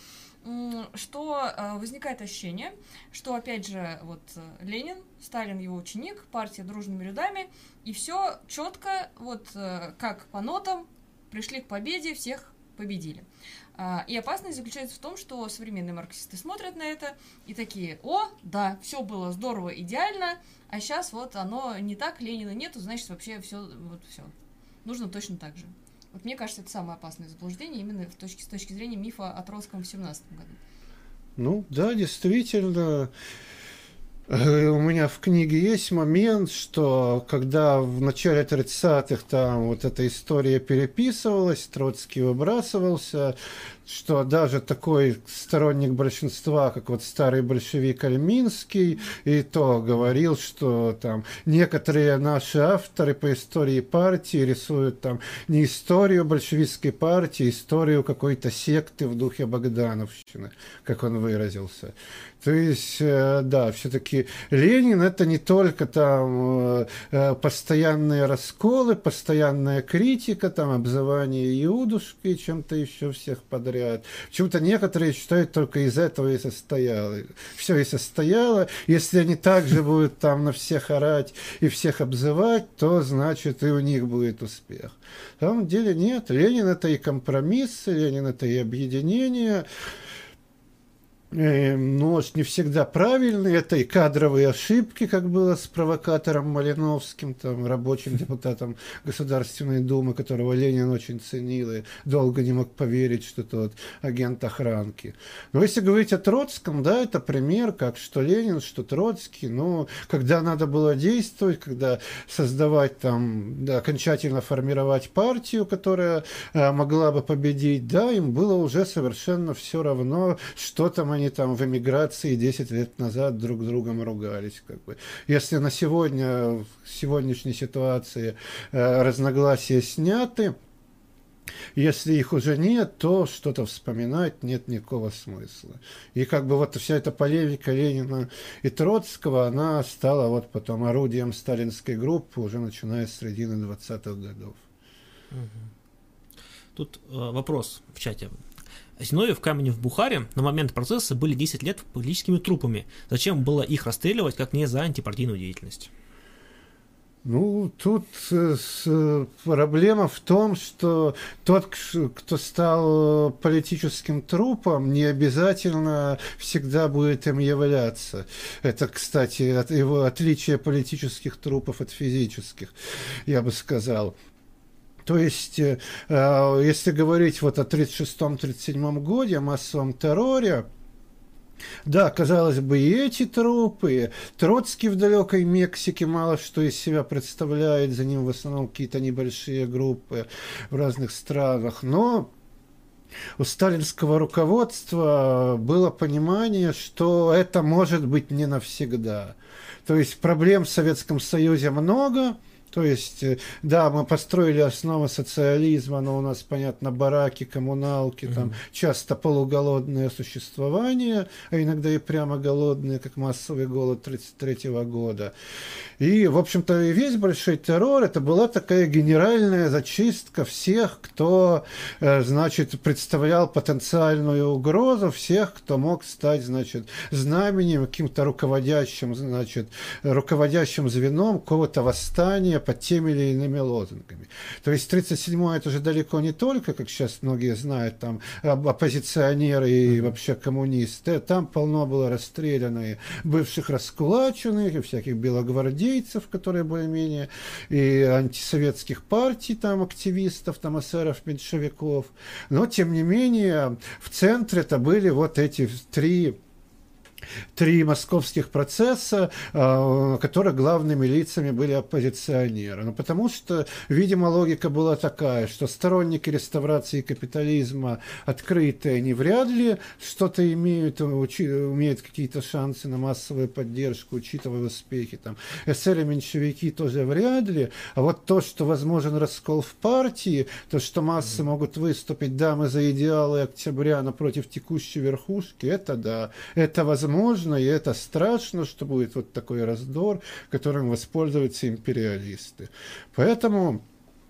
что возникает ощущение, что опять же вот Ленин, Сталин его ученик, партия дружными рядами, и все четко вот как по нотам пришли к победе, всех победили. И опасность заключается в том, что современные марксисты смотрят на это и такие: о, да, все было здорово, идеально, а сейчас вот оно не так, Ленина нету, значит вообще все, вот все. Нужно точно так же. Вот мне кажется, это самое опасное заблуждение именно с точки зрения мифа о Троцком в 17 году. Ну да, действительно. У меня в книге есть момент, что когда в начале 30-х там вот эта история переписывалась, Троцкий выбрасывался, что даже такой сторонник большинства, как вот старый большевик Альминский, и то говорил, что там некоторые наши авторы по истории партии рисуют там не историю большевистской партии, а историю какой-то секты в духе Богдановщины, как он выразился. То есть, да, все-таки Ленин это не только там постоянные расколы, постоянная критика, там обзывание Иудушкой, чем-то еще всех подряд. Почему-то некоторые считают, только из этого и состояло. Все и состояло. Если они также будут там на всех орать и всех обзывать, то значит и у них будет успех. На самом деле нет. Ленин это и компромисс, Ленин это и объединение. Может, не всегда правильные, это и кадровые ошибки, как было с провокатором Малиновским, там, рабочим депутатом Государственной Думы, которого Ленин очень ценил и долго не мог поверить, что тот агент охранки. Но если говорить о Троцком, да, это пример, как что Ленин, что Троцкий, но когда надо было действовать, когда создавать там, да, окончательно формировать партию, которая могла бы победить, да, им было уже совершенно все равно, что там они там в эмиграции 10 лет назад друг с другом ругались. Как бы. Если на сегодня, в сегодняшней ситуации разногласия сняты, если их уже нет, то что-то вспоминать нет никакого смысла. И как бы вот вся эта полемика Ленина и Троцкого, она стала вот потом орудием сталинской группы уже начиная с середины 20-х годов. Тут вопрос в чате. Зиновьев, Каменев в Бухаре на момент процесса были 10 лет политическими трупами. Зачем было их расстреливать, как не за антипартийную деятельность? Ну, тут проблема в том, что тот, кто стал политическим трупом, не обязательно всегда будет им являться. Это, кстати, его отличие политических трупов от физических, я бы сказал. То есть, если говорить вот о 1936-1937 годе, о массовом терроре, да, казалось бы, и эти трупы, Троцкий в далекой Мексике мало что из себя представляет, за ним в основном какие-то небольшие группы в разных странах, но у сталинского руководства было понимание, что это может быть не навсегда. То есть проблем в Советском Союзе много. То есть, да, мы построили основы социализма, но у нас, понятно, бараки, коммуналки, там часто полуголодное существование, а иногда и прямо голодные, как массовый голод 1933 года. И, в общем-то, и весь большой террор, это была такая генеральная зачистка всех, кто, значит, представлял потенциальную угрозу, всех, кто мог стать, значит, знаменем, каким-то руководящим, значит, руководящим звеном какого-то восстания под теми или иными лозунгами. То есть 1937-й это же далеко не только, как сейчас многие знают, там оппозиционеры и вообще коммунисты. Там полно было расстреляно и бывших раскулаченных, и всяких белогвардейцев, которые более-менее, и антисоветских партий, там активистов, там эсеров, меньшевиков. Но, тем не менее, в центре это были вот эти три московских процесса, которых главными лицами были оппозиционеры. Ну, потому что, видимо, логика была такая, что сторонники реставрации капитализма открытые, они вряд ли что-то имеют какие-то шансы на массовую поддержку, учитывая успехи. Там, эсеры-меньшевики тоже вряд ли. А вот то, что возможен раскол в партии, то, что массы могут выступить, да, мы за идеалы октября, но против текущей верхушки, это да, это возможно, и это страшно, что будет вот такой раздор, которым воспользуются империалисты. Поэтому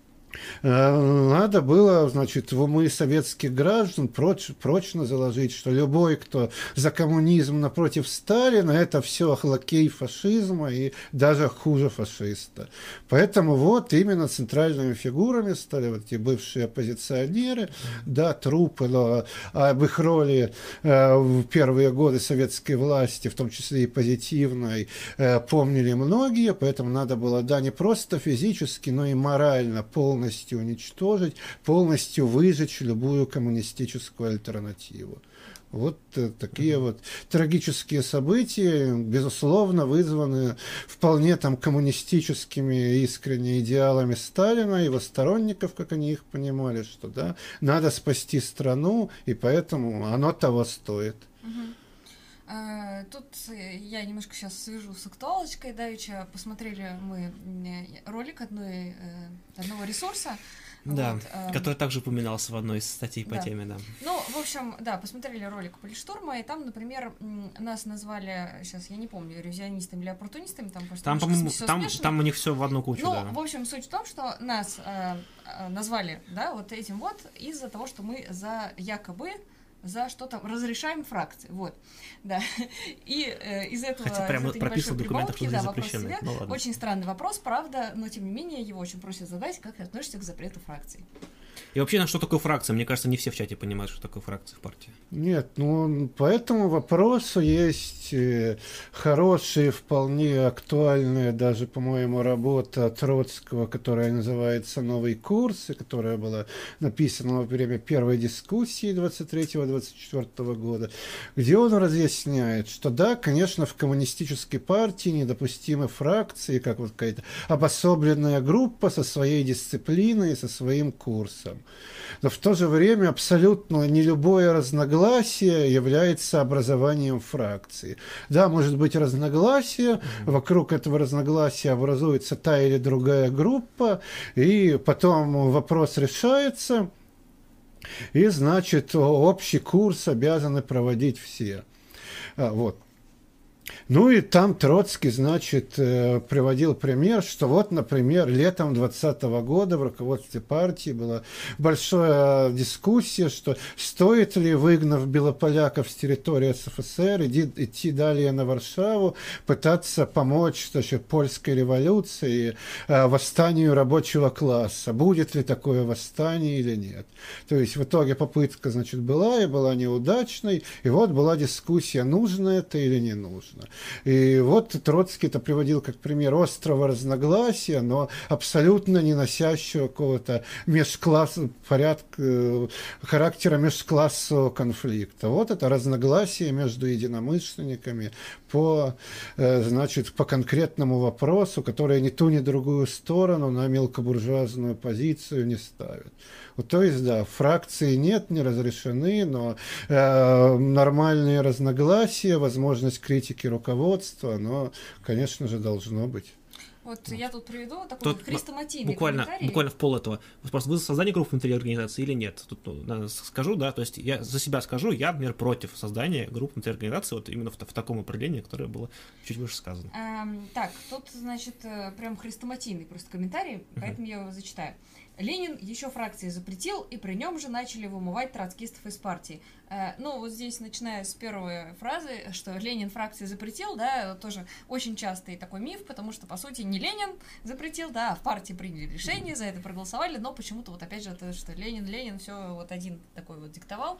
надо было, значит, в умы советских граждан прочно заложить, что любой, кто за коммунизм напротив Сталина, это все лакей фашизма и даже хуже фашиста. Поэтому вот именно центральными фигурами стали вот эти бывшие оппозиционеры, да, трупы, но об их роли в первые годы советской власти, в том числе и позитивной, помнили многие, поэтому надо было, да, не просто физически, но и морально полностью уничтожить, полностью выжечь любую коммунистическую альтернативу. Вот такие вот трагические события, безусловно, вызваны вполне там коммунистическими искренне идеалами Сталина и его сторонников, как они их понимали, что да, надо спасти страну, и поэтому оно того стоит. Тут я немножко сейчас свяжу с актуалочкой. Давеча посмотрели мы ролик одного ресурса. Да, вот, который также упоминался в одной из статей по теме, да. Ну, в общем, да, посмотрели ролик Политштурма, и там, например, нас назвали, сейчас я не помню, ревизионистами или оппортунистами, там просто там, по-моему, там у них все в одну кучу, ну, да. В общем, суть в том, что нас назвали, да, вот этим вот из-за того, что мы якобы за что-то разрешаем фракции, вот, да, и из этого... Хотя прямо прописано в документах, что здесь запрещено. Ну, очень странный вопрос, правда, но тем не менее его очень просят задать, как ты относишься к запрету фракций. И вообще, что такое фракция? Мне кажется, не все в чате понимают, что такое фракция в партии. Нет, ну, по этому вопросу есть хорошая, вполне актуальная, даже, по-моему, работа Троцкого, которая называется «Новый курс», и которая была написана во время первой дискуссии 23-24 года, где он разъясняет, что да, конечно, в коммунистической партии недопустимы фракции, как вот какая-то обособленная группа со своей дисциплиной, со своим курсом. Но в то же время абсолютно не любое разногласие является образованием фракции. Да, может быть разногласие, вокруг этого разногласия образуется та или другая группа, и потом вопрос решается, и, значит, общий курс обязаны проводить все. Вот. Ну и там Троцкий, значит, приводил пример, что вот, например, летом 2020 года в руководстве партии была большая дискуссия, что стоит ли, выгнав белополяков с территории СССР, идти далее на Варшаву, пытаться помочь, значит, польской революции, восстанию рабочего класса. Будет ли такое восстание или нет. То есть в итоге попытка, значит, была и была неудачной, и вот была дискуссия, нужно это или не нужно. И вот Троцкий это приводил как пример острого разногласия, но абсолютно не носящего какого-то характера межклассового конфликта. Вот это разногласие между единомышленниками по конкретному вопросу, которое ни ту, ни другую сторону на мелкобуржуазную позицию не ставит. Вот, то есть, да, фракции нет, не разрешены, но нормальные разногласия, возможность критики руководства, но, конечно же, должно быть. Вот я тут приведу такой хрестоматийный комментарий. Буквально в пол этого. Вопрос, вы за создание группы внутри организации или нет? Тут скажу, да, то есть я за себя скажу, я, например, против создания группы внутри организации, вот именно в таком определении, которое было чуть выше сказано. Так, тут, значит, прям хрестоматийный просто комментарий, поэтому я его зачитаю. Ленин еще фракции запретил, и при нем же начали вымывать троцкистов из партии. Ну, вот здесь, начиная с первой фразы, что Ленин фракции запретил, да, тоже очень частый такой миф, потому что, по сути, не Ленин запретил, да, а в партии приняли решение, за это проголосовали, но почему-то вот опять же, это, что Ленин все вот один такой вот диктовал,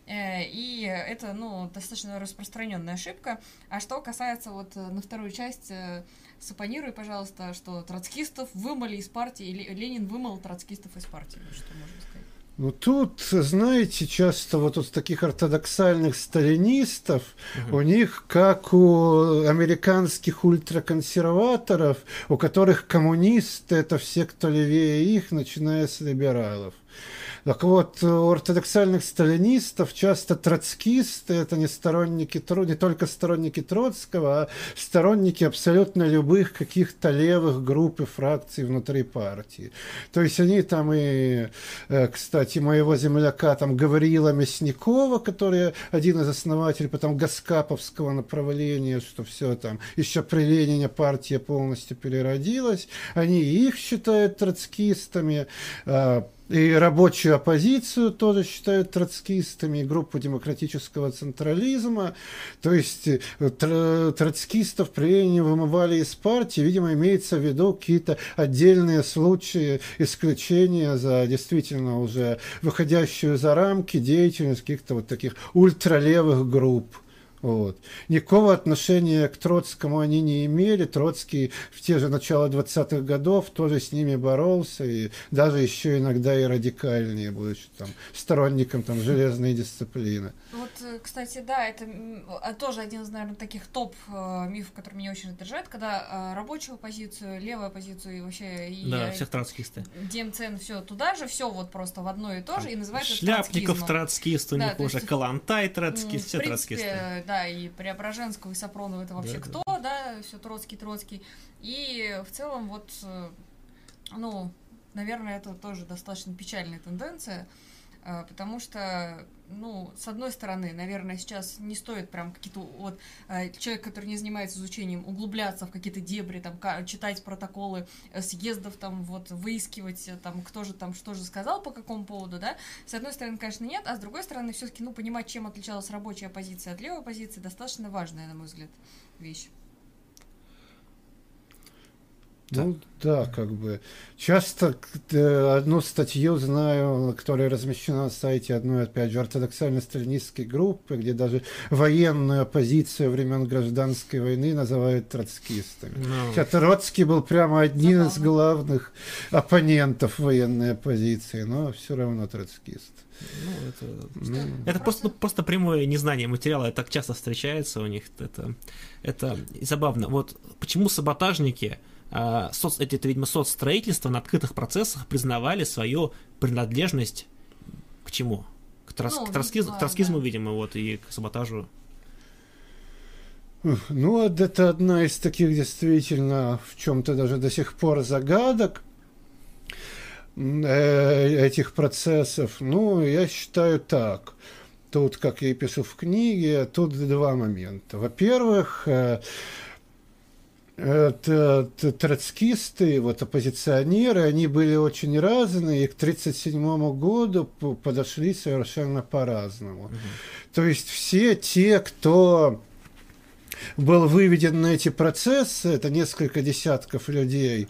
и это, ну, достаточно распространенная ошибка. А что касается вот на вторую часть, сапонируй, пожалуйста, что троцкистов вымыли из партии, или Ленин вымыл троцкистов из партии, что можно сказать? Ну, тут, знаете, часто вот у таких ортодоксальных сталинистов, у них, как у американских ультраконсерваторов, у которых коммунисты – это все, кто левее их, начиная с либералов. Так вот, у ортодоксальных сталинистов часто троцкисты – это не только сторонники Троцкого, а сторонники абсолютно любых каких-то левых групп и фракций внутри партии. То есть они там и, кстати, моего земляка там Гавриила Мясникова, который один из основателей потом гаскаповского направления, что все там еще при Ленине партия полностью переродилась, они их считают троцкистами, и рабочую оппозицию тоже считают троцкистами, и группу демократического централизма. То есть троцкистов при Ленине вымывали из партии. Видимо, имеется в виду какие-то отдельные случаи исключения за действительно уже выходящую за рамки деятельность каких-то вот таких ультралевых групп. Вот. Никакого отношения к Троцкому они не имели. Троцкий в те же начала 20-х годов тоже с ними боролся, и даже еще иногда и радикальнее, будучи там сторонником там железной дисциплины. Вот, кстати, да, это тоже один из, наверное, таких топ-мифов, который меня очень раздражает, когда рабочую оппозицию, левую оппозицию и вообще... Да, всех троцкисты. Демцен, все туда же, все вот просто в одно и то же, и называется Шляпников троцкист, у них уже Калантай троцкист, все принципе, троцкисты. Да, и Преображенского, и Сапронова это вообще кто, да, все Троцкий. И в целом вот, ну, наверное, это тоже достаточно печальная тенденция, потому что, ну, с одной стороны, наверное, сейчас не стоит прям какие-то вот человек, который не занимается изучением, углубляться в какие-то дебри, там, читать протоколы съездов, там, вот, выискивать, там, кто же там, что же сказал, по какому поводу, да. С одной стороны, конечно, нет, а с другой стороны, все-таки, ну, понимать, чем отличалась рабочая оппозиция от левой оппозиции, достаточно важная, на мой взгляд, вещь. Ну да, как бы. Часто одну статью знаю, которая размещена на сайте одной, опять же, ортодоксально-сталинистской группы, где даже военную оппозицию времен гражданской войны называют троцкистами. Хотя Троцкий был прямо одним из главных оппонентов военной оппозиции, но все равно троцкист. Это просто прямое незнание материала, это так часто встречается у них, это забавно. Вот почему саботажники, это, видимо, соцстроительство на открытых процессах признавали свою принадлежность к чему? К троцкизму, да. Видимо, вот, и к саботажу. Ну, это одна из таких действительно в чем-то даже до сих пор загадок этих процессов. Ну, я считаю так. Тут, как я и пишу в книге, тут два момента. Во-первых, троцкисты, вот оппозиционеры, они были очень разные, и к 1937 году подошли совершенно по-разному. То есть все те, кто был выведен на эти процессы, это несколько десятков людей,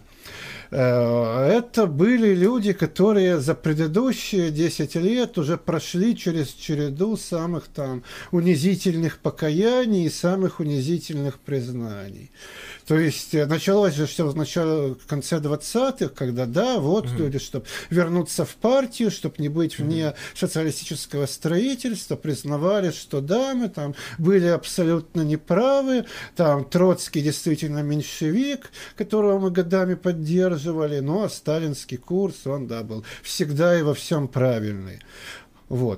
это были люди, которые за предыдущие 10 лет уже прошли через череду самых там унизительных покаяний и самых унизительных признаний. То есть началось же все в конце 20-х, когда, да, вот люди, чтобы вернуться в партию, чтобы не быть вне социалистического строительства, признавали, что да, мы там были абсолютно неправы, там Троцкий действительно меньшевик, которого мы годами поддерживали, но сталинский курс, он, да, был всегда и во всем правильный. Вот.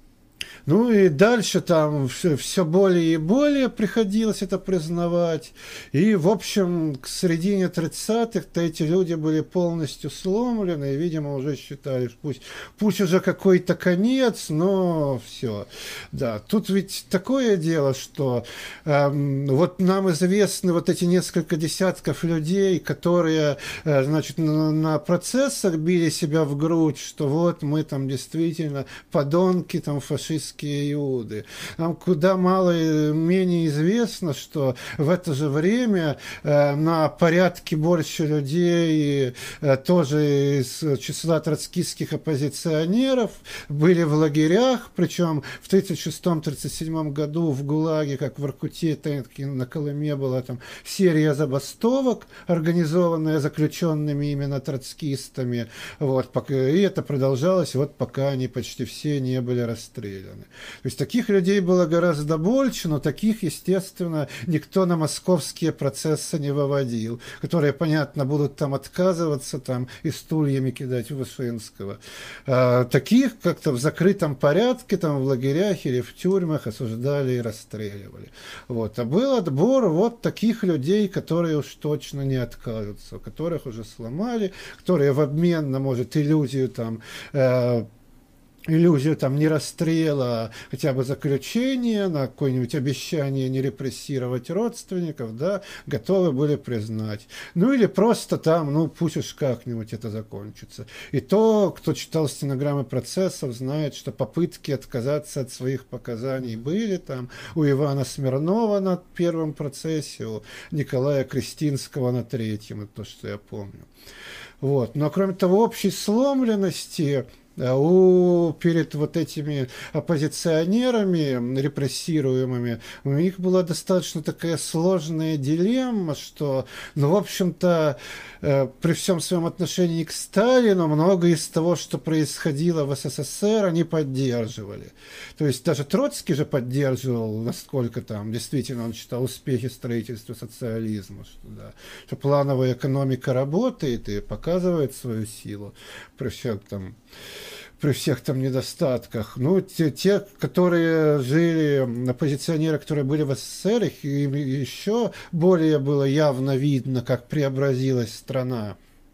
Ну и дальше там все более и более приходилось это признавать. И, в общем, к середине 30-х-то эти люди были полностью сломлены, и, видимо, уже считали, пусть уже какой-то конец, но все. Да, тут ведь такое дело, что вот нам известны вот эти несколько десятков людей, которые, значит, на процессах били себя в грудь, что вот мы там действительно подонки, там фашистские иуды. Нам куда мало менее известно, что в это же время на порядке больше людей, тоже из числа троцкистских оппозиционеров, были в лагерях, причем в 1936-1937 году в ГУЛАГе, как в Воркуте, на Колыме была там серия забастовок, организованная заключенными именно троцкистами. Вот, и это продолжалось, вот пока они почти все не были расстреляны. То есть таких людей было гораздо больше, но таких, естественно, никто на московские процессы не выводил, которые, понятно, будут там отказываться там, и стульями кидать в Вышинского. Таких как-то в закрытом порядке, там, в лагерях или в тюрьмах осуждали и расстреливали. Вот. А был отбор вот таких людей, которые уж точно не откажутся, которых уже сломали, которые в обмен на, может, иллюзию не расстрела, хотя бы заключения, на какое-нибудь обещание не репрессировать родственников, да, готовы были признать. Ну или просто там, ну пусть уж как-нибудь это закончится. И то, кто читал стенограммы процессов, знает, что попытки отказаться от своих показаний были там у Ивана Смирнова на первом процессе, у Николая Крестинского на третьем, это то, что я помню. Вот. Но кроме того, общей сломленности перед вот этими оппозиционерами репрессируемыми у них была достаточно такая сложная дилемма, что, ну, в общем-то, при всем своем отношении к Сталину многое из того, что происходило в СССР, они поддерживали. То есть даже Троцкий же поддерживал, насколько там действительно он считал успехи строительства социализма, что плановая экономика работает и показывает свою силу при всех там недостатках. Ну, те, которые жили, оппозиционеры, которые были в СССР, им еще более было явно видно, как преобразилась страна.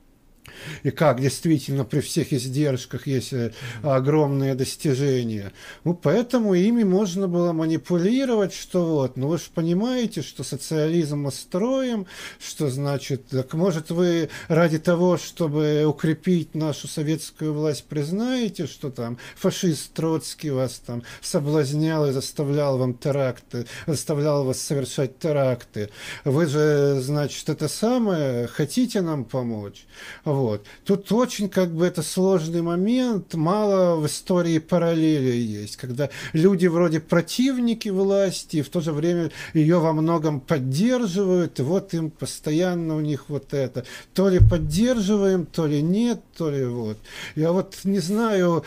И как действительно при всех издержках есть огромные достижения. Ну, поэтому ими можно было манипулировать, что вот, ну вы же понимаете, что социализм мы строим, что значит, так может вы ради того, чтобы укрепить нашу советскую власть, признаете, что там фашист Троцкий вас там соблазнял и заставлял вам теракты, заставлял вас совершать теракты. Вы же, значит, это самое, хотите нам помочь? Вот. Тут очень как бы это сложный момент, мало в истории параллели есть, когда люди вроде противники власти, и в то же время ее во многом поддерживают, и вот им постоянно у них вот это, то ли поддерживаем, то ли нет, то ли вот. Я вот не знаю,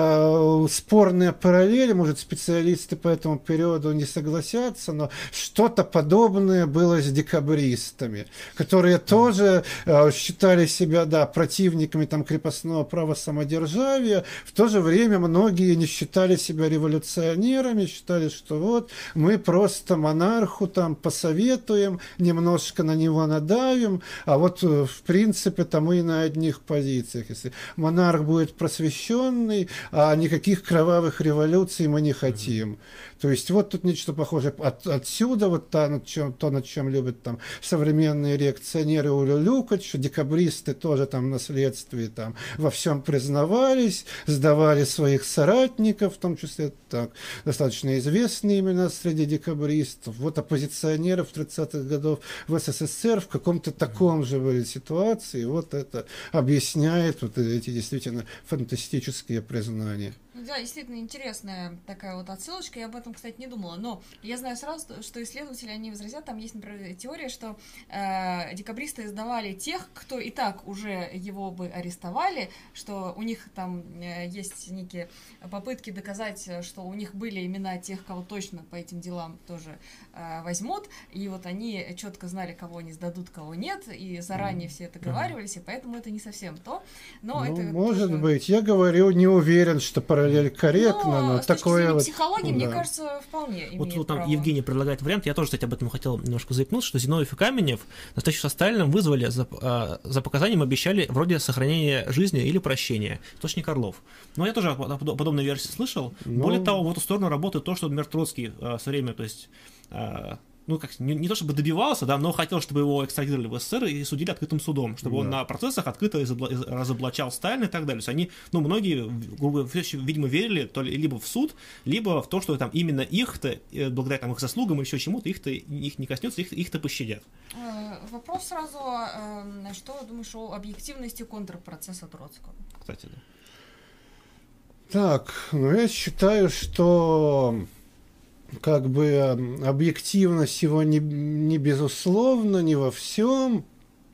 спорная параллель, может специалисты по этому периоду не согласятся, но что-то подобное было с декабристами, которые тоже считали себя, да, противниками там крепостного права самодержавия, в то же время многие не считали себя революционерами, считали, что вот мы просто монарху там посоветуем, немножко на него надавим, а вот в принципе-то мы на одних позициях. Если монарх будет просвещенный, а никаких кровавых революций мы не хотим. То есть вот тут нечто похожее. Отсюда вот то, над чем любят там современные реакционеры улюлюкать, что декабристы тоже там на следствии там во всем признавались, сдавали своих соратников, в том числе так, достаточно известные имена среди декабристов. Вот оппозиционеры в 30-х годах в СССР в каком-то таком же были ситуации. Вот это объясняет вот эти действительно фантастические признания. Да, действительно интересная такая вот отсылочка, я об этом, кстати, не думала, но я знаю сразу, что исследователи, они возразят, там есть, например, теория, что декабристы сдавали тех, кто и так уже его бы арестовали, что у них там есть некие попытки доказать, что у них были имена тех, кого точно по этим делам тоже возьмут, и вот они четко знали, кого они сдадут, кого нет, и заранее все это договаривались, и поэтому это не совсем то, но ну, это может тоже... быть, я говорю, не уверен, что параллель корректно, но с такое вот... психологии, мне кажется, вполне имеет вот право. Там Евгений предлагает вариант, я тоже, кстати, об этом хотел немножко заикнуться, что Зиновьев и Каменев на встречу со Сталиным вызвали за показанием, обещали вроде сохранения жизни или прощения. Источник Орлов. Но я тоже подобную версию слышал. Более того, в эту сторону работает то, что, например, Троцкий все время, то есть... ну, как не то чтобы добивался, да, но хотел, чтобы его экстрадировали в СССР и судили открытым судом, чтобы он на процессах открыто разоблачал Сталина и так далее. То есть они, ну, многие, видимо, верили то ли либо в суд, либо в то, что там именно их-то, благодаря там их заслугам или еще чему-то, их не коснется, их-то пощадят. Вопрос сразу, что думаешь о объективности контрпроцесса Троцкого? Кстати, да. Так, ну я считаю, что как бы объективность его не безусловно, не во всем,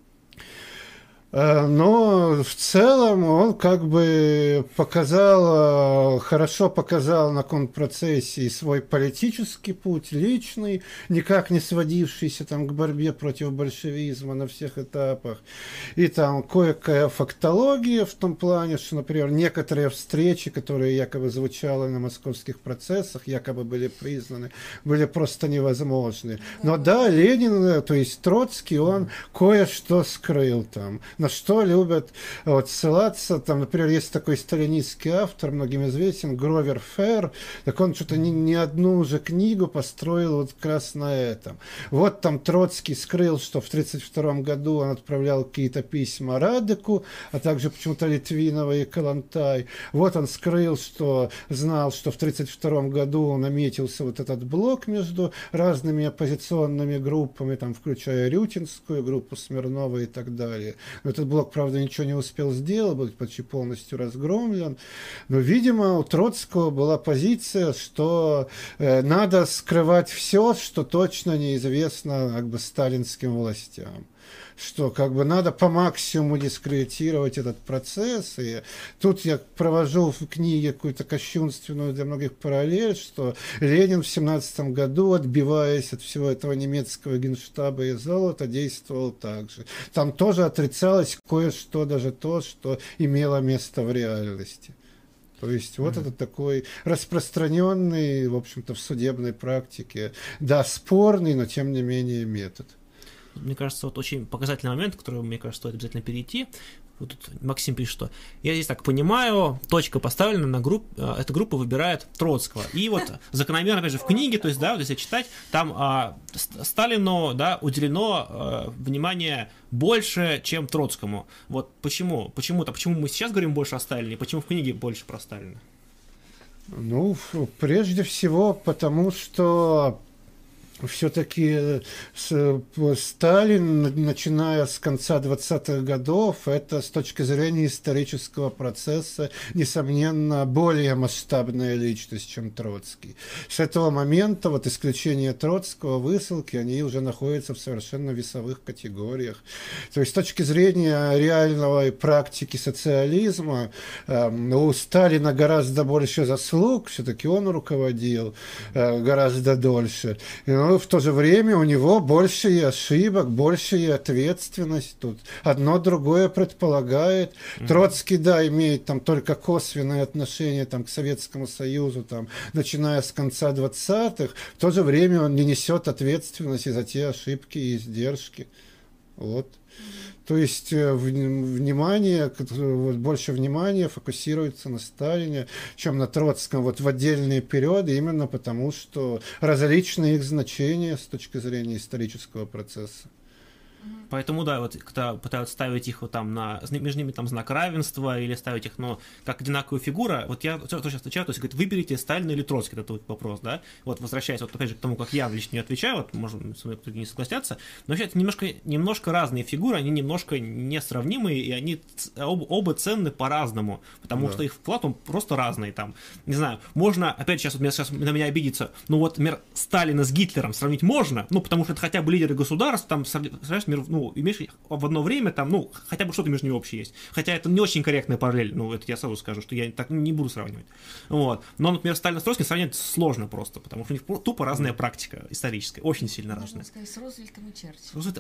но в целом он как бы хорошо показал на контрпроцессе и свой политический путь, личный, никак не сводившийся там к борьбе против большевизма на всех этапах, и там кое-какая фактология в том плане, что, например, некоторые встречи, которые якобы звучали на московских процессах, якобы были признаны, были просто невозможны. Но да, Ленин, то есть Троцкий, он кое-что скрыл там. На что любят вот ссылаться, там, например, есть такой сталинистский автор, многим известен, Гровер Ферр, так он что-то не одну уже книгу построил вот как раз на этом. Вот там Троцкий скрыл, что в 1932 году он отправлял какие-то письма Радеку, а также почему-то Литвинова и Калантай. Вот он скрыл, что знал, что в 1932 году наметился вот этот блок между разными оппозиционными группами, там, включая Рютинскую группу Смирнова и так далее. Этот блок, правда, ничего не успел сделать, был почти полностью разгромлен. Но, видимо, у Троцкого была позиция, что надо скрывать все, что точно неизвестно как бы сталинским властям. Что как бы надо по максимуму дискредитировать этот процесс. И тут я провожу в книге какую-то кощунственную для многих параллель, что Ленин в 1917 году, отбиваясь от всего этого немецкого генштаба и золота, действовал так же. Там тоже отрицалось кое-что, даже то, что имело место в реальности. То есть вот это такой распространенный, в общем-то, в судебной практике, да, спорный, но тем не менее метод. Мне кажется, вот очень показательный момент, который, мне кажется, стоит обязательно перейти. Вот тут Максим пишет, что я здесь так понимаю, точка поставлена на эта группа выбирает Троцкого. И вот закономерно, опять же, в книге, то есть, да, вот если читать, там Сталину, да, уделено внимание больше, чем Троцкому. Вот почему? Почему мы сейчас говорим больше о Сталине, почему в книге больше про Сталина? Ну, прежде всего, потому что все-таки Сталин, начиная с конца 20-х годов, это с точки зрения исторического процесса, несомненно, более масштабная личность, чем Троцкий. С этого момента, вот исключение Троцкого, высылки, они уже находятся в совершенно весовых категориях. То есть с точки зрения реальной практики социализма, у Сталина гораздо больше заслуг, все-таки он руководил гораздо дольше. Но в то же время у него больше и ошибок, больше и ответственность. Тут одно другое предполагает. Троцкий, да, имеет там только косвенное отношение там, к Советскому Союзу, там, начиная с конца 20-х. В то же время он не несет ответственности за те ошибки и издержки. Вот. То есть внимание, больше внимания фокусируется на Сталине, чем на Троцком вот в отдельные периоды, именно потому, что различны их значения с точки зрения исторического процесса. Поэтому, да, вот когда пытаются ставить их вот там между ними там знак равенства или ставить их, ну, как одинаковую фигуру, вот я тоже встречаю, то есть, говорит, выберите Сталина или Троцкий, это вот вопрос, да, вот возвращаясь, вот опять же, к тому, как я лично не отвечаю, вот, может, со мной кто-то не согласятся, но вообще это немножко разные фигуры, они немножко несравнимые, и они оба ценны по-разному, потому что их вклад, он просто разный, там, не знаю, можно, опять сейчас на меня обидится, ну, вот, например, Сталина с Гитлером сравнить можно, ну, потому что это хотя бы лидеры государств, там, ну, имеешь в одно время там, ну, хотя бы что-то между ними общее есть. Хотя это не очень корректная параллель, ну, это я сразу скажу, что я так не буду сравнивать. Вот. Но, например, Сталина с Троцким сравнивать сложно просто, потому что у них тупо разная практика историческая, очень сильно разная. Можно сказать, с Рузвельтом и Черчиллем. С Рузвельтом...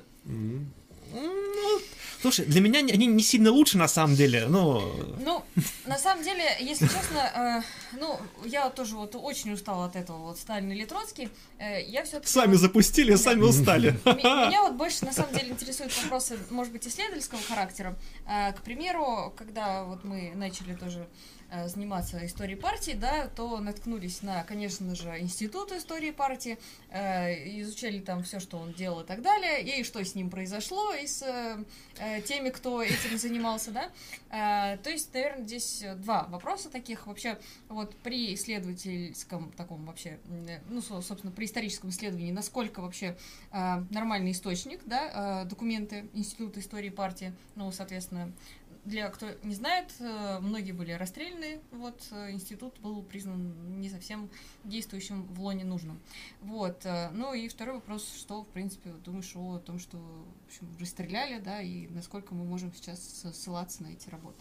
Ну, слушай, для меня они не сильно лучше, на самом деле, но... Ну, на самом деле, если честно, ну, я тоже вот очень устала от этого, вот, Сталин или Троцкий, я все-таки... Сами запустили, сами устали. Меня вот больше, на самом деле, интересуют вопросы, может быть, исследовательского характера. К примеру, когда вот мы начали тоже заниматься историей партии, да, то наткнулись на, конечно же, институт истории партии, изучали там все, что он делал и так далее, и что с ним произошло, и с теми, кто этим занимался, да. То есть, наверное, здесь два вопроса таких. Вообще, вот при исследовательском таком вообще, ну, собственно, при историческом исследовании, насколько вообще нормальный источник, да, документы Института истории партии, ну, соответственно, для кто не знает, многие были расстреляны, вот, институт был признан не совсем действующим в лоне нужным. Вот, ну и второй вопрос, что, в принципе, думаешь о том, что, в общем, расстреляли, да, и насколько мы можем сейчас ссылаться на эти работы?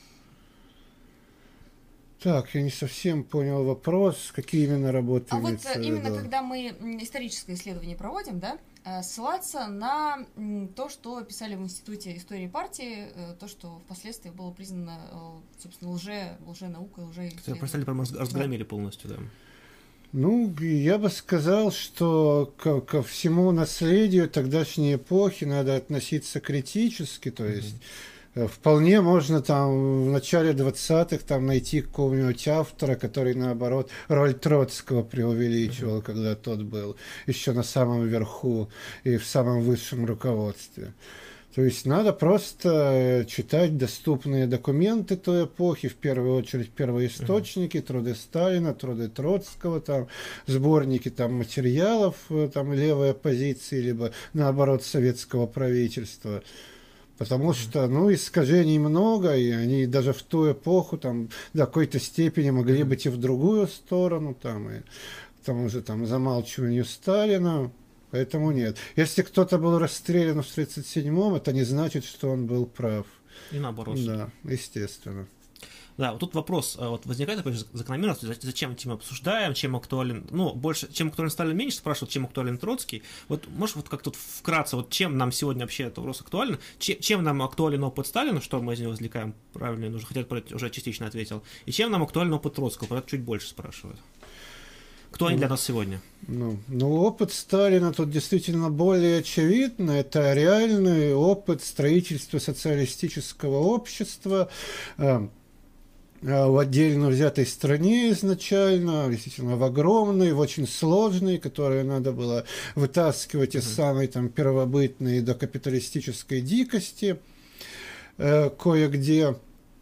Так, я не совсем понял вопрос, какие именно работы имеются в виду. А вот именно когда мы историческое исследование проводим, да, ссылаться на то, что писали в Институте истории партии, то, что впоследствии было признано, собственно, лженаукой, лжеисследованием. Представили, прямо разгромили полностью, да. Ну, я бы сказал, что ко всему наследию тогдашней эпохи надо относиться критически, то есть вполне можно там в начале 20-х там найти какого-нибудь автора, который, наоборот, роль Троцкого преувеличивал, когда тот был еще на самом верху и в самом высшем руководстве. То есть надо просто читать доступные документы той эпохи, в первую очередь первоисточники, труды Сталина, труды Троцкого, там, сборники там, материалов там, левой оппозиции, либо, наоборот, советского правительства. Потому что, искажений много, и они даже в ту эпоху там до какой-то степени могли быть и в другую сторону, там, и к тому же там замалчиванию Сталина. Поэтому нет. Если кто-то был расстрелян в 1937-м, это не значит, что он был прав. И наоборот. Да, естественно. Да, вот тут вопрос возникает, опять же, закономерность, зачем тему обсуждаем, чем актуален, больше, чем актуален Сталин, меньше спрашивают, чем актуален Троцкий. Вот можешь как тут вкратце, чем нам сегодня вообще этот вопрос актуален, чем нам актуален опыт Сталина, что мы из него извлекаем правильно и нужно, хотя я уже частично ответил, и чем нам актуален опыт Троцкого, про это чуть больше спрашивают. Кто они для нас сегодня? Опыт Сталина тут действительно более очевидный. Это реальный опыт строительства социалистического общества, в отдельно взятой стране изначально, действительно в огромной, в очень сложной, которую надо было вытаскивать из самой там первобытной докапиталистической дикости кое-где.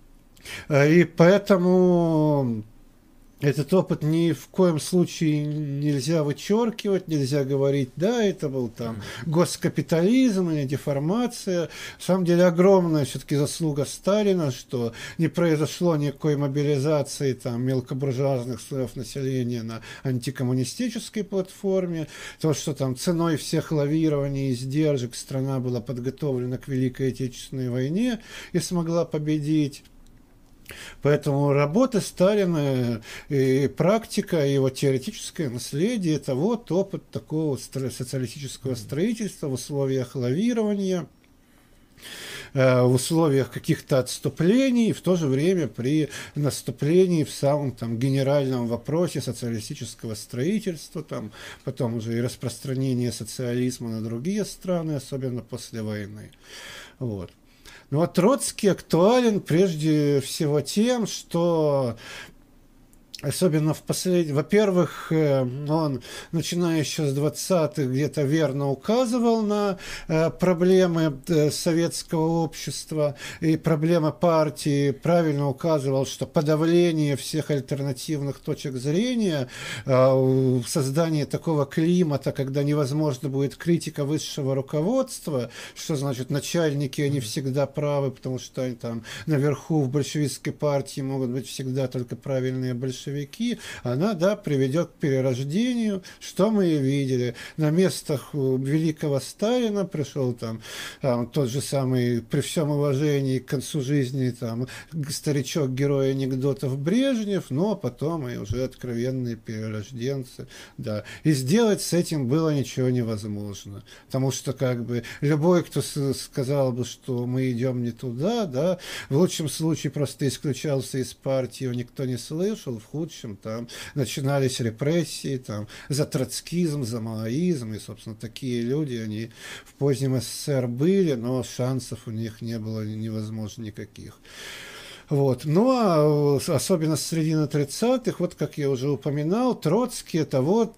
И поэтому этот опыт ни в коем случае нельзя вычеркивать, нельзя говорить, да, это был там госкапитализм или деформация. На самом деле огромная все-таки заслуга Сталина, что не произошло никакой мобилизации там мелкобуржуазных слоев населения на антикоммунистической платформе. То, что там ценой всех лавирований и сдержек страна была подготовлена к Великой Отечественной войне и смогла победить. Поэтому работа Сталина и практика, его теоретическое наследие – это вот опыт такого социалистического строительства в условиях лавирования, в условиях каких-то отступлений, в то же время при наступлении в самом там генеральном вопросе социалистического строительства, там, потом уже и распространение социализма на другие страны, особенно после войны. Вот. Но Троцкий актуален прежде всего тем, что особенно во-первых, он, начиная еще с 20-х, где-то верно указывал на проблемы советского общества и проблемы партии, правильно указывал, что подавление всех альтернативных точек зрения, создание такого климата, когда невозможно будет критика высшего руководства, что значит начальники, они всегда правы, потому что они там наверху в большевистской партии могут быть всегда только правильные большевики, она, да, приведет к перерождению, что мы и видели. На местах великого Сталина пришел там тот же самый, при всем уважении к концу жизни, там, старичок-герой анекдотов Брежнев, но потом и уже откровенные перерожденцы, да. И сделать с этим было ничего невозможно. Потому что, как бы, любой, кто сказал бы, что мы идем не туда, да, в лучшем случае просто исключался из партии, его никто не слышал, в худшем там начинались репрессии там, за троцкизм, за маоизм, и, собственно, такие люди, они в позднем СССР были, но шансов у них не было невозможно никаких. Вот. Ну, а особенно с середины 30-х, вот как я уже упоминал, Троцкий – это вот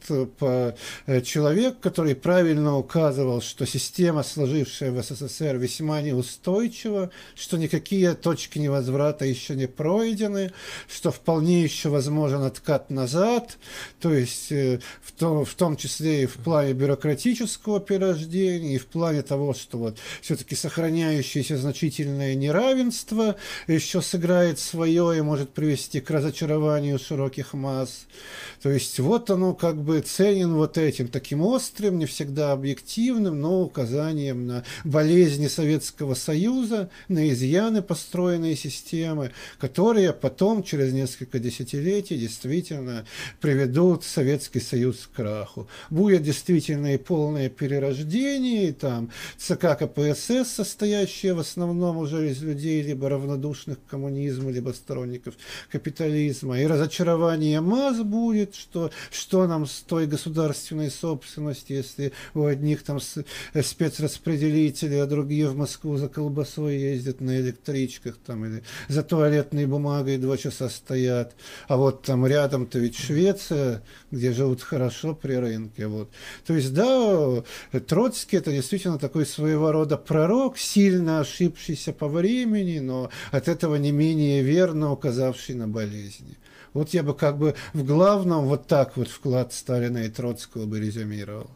человек, который правильно указывал, что система, сложившая в СССР, весьма неустойчива, что никакие точки невозврата еще не пройдены, что вполне еще возможен откат назад, то есть в том числе и в плане бюрократического перерождения, и в плане того, что вот все-таки сохраняющееся значительное неравенство еще сыграет свое и может привести к разочарованию широких масс. То есть вот оно как бы ценен вот этим таким острым, не всегда объективным, но указанием на болезни Советского Союза, на изъяны построенной системы, которые потом через несколько десятилетий действительно приведут Советский Союз к краху. Будет действительно и полное перерождение, и там ЦК КПСС, состоящее в основном уже из людей либо равнодушных к коммунизму, либо сторонников капитализма, и разочарование масс будет, что нам с той государственной собственности, если у одних там спецраспределители, а другие в Москву за колбасой ездят на электричках там, или за туалетной бумагой 2 часа стоят, а вот там рядом-то ведь Швеция, где живут хорошо при рынке. Вот. То есть, да, Троцкий – это действительно такой своего рода пророк, сильно ошибшийся по времени, но от этого не менее верно указавший на болезни. Вот я бы как бы в главном вот так вот вклад Сталина и Троцкого бы резюмировал.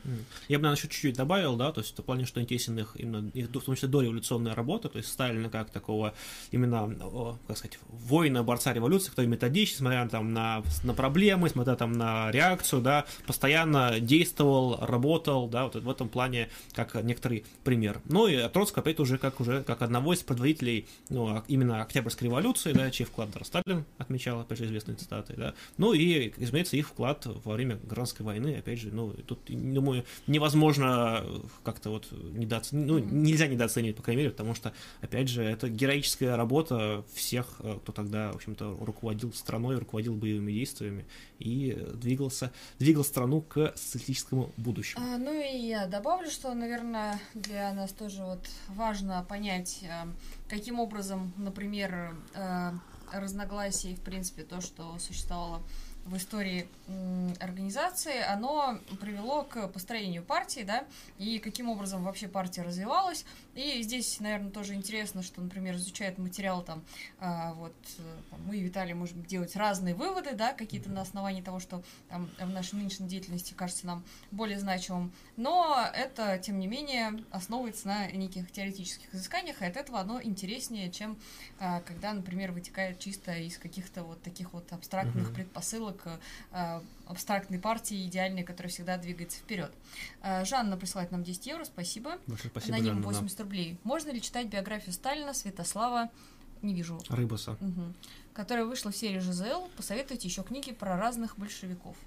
Я бы, наверное, еще чуть-чуть добавил, да, то есть в том плане, что интересен их именно, в том числе дореволюционная работа, то есть Сталина как такого именно, как сказать, воина, борца революции, который методичный, смотря там на проблемы, смотря там на реакцию, да, постоянно действовал, работал, да, вот в этом плане как некоторый пример. Ну и Троцкого опять уже как одного из предводителей, ну, именно Октябрьской революции, да, чей вклад Сталин отмечал, опять же, известной цитатой, да, ну и, разумеется, их вклад во время Гражданской войны, опять же, ну, тут, думаю, невозможно как-то вот нельзя недооценивать, по крайней мере, потому что, опять же, это героическая работа всех, кто тогда, в общем-то, руководил страной, руководил боевыми действиями и двигал страну к социалистическому будущему. Ну и я добавлю, что, наверное, для нас тоже вот важно понять, каким образом, например, разногласия, в принципе, то, что существовало в истории организации, оно привело к построению партии, да, и каким образом вообще партия развивалась. И здесь, наверное, тоже интересно, что, например, изучает материал там, мы и Виталий можем делать разные выводы, да, какие-то на основании того, что там в нашей нынешней деятельности кажется нам более значимым, но это, тем не менее, основывается на неких теоретических изысканиях, и от этого оно интереснее, чем когда, например, вытекает чисто из каких-то вот таких вот абстрактных предпосылок абстрактной партии идеальной, которая всегда двигается вперед. Жанна присылает нам 10 евро, спасибо. Спасибо, Аноним 80 рублей. Можно ли читать биографию Сталина, Святослава, не вижу, Рыбаса, которая вышла в серии ЖЗЛ? Посоветуйте еще книги про разных большевиков.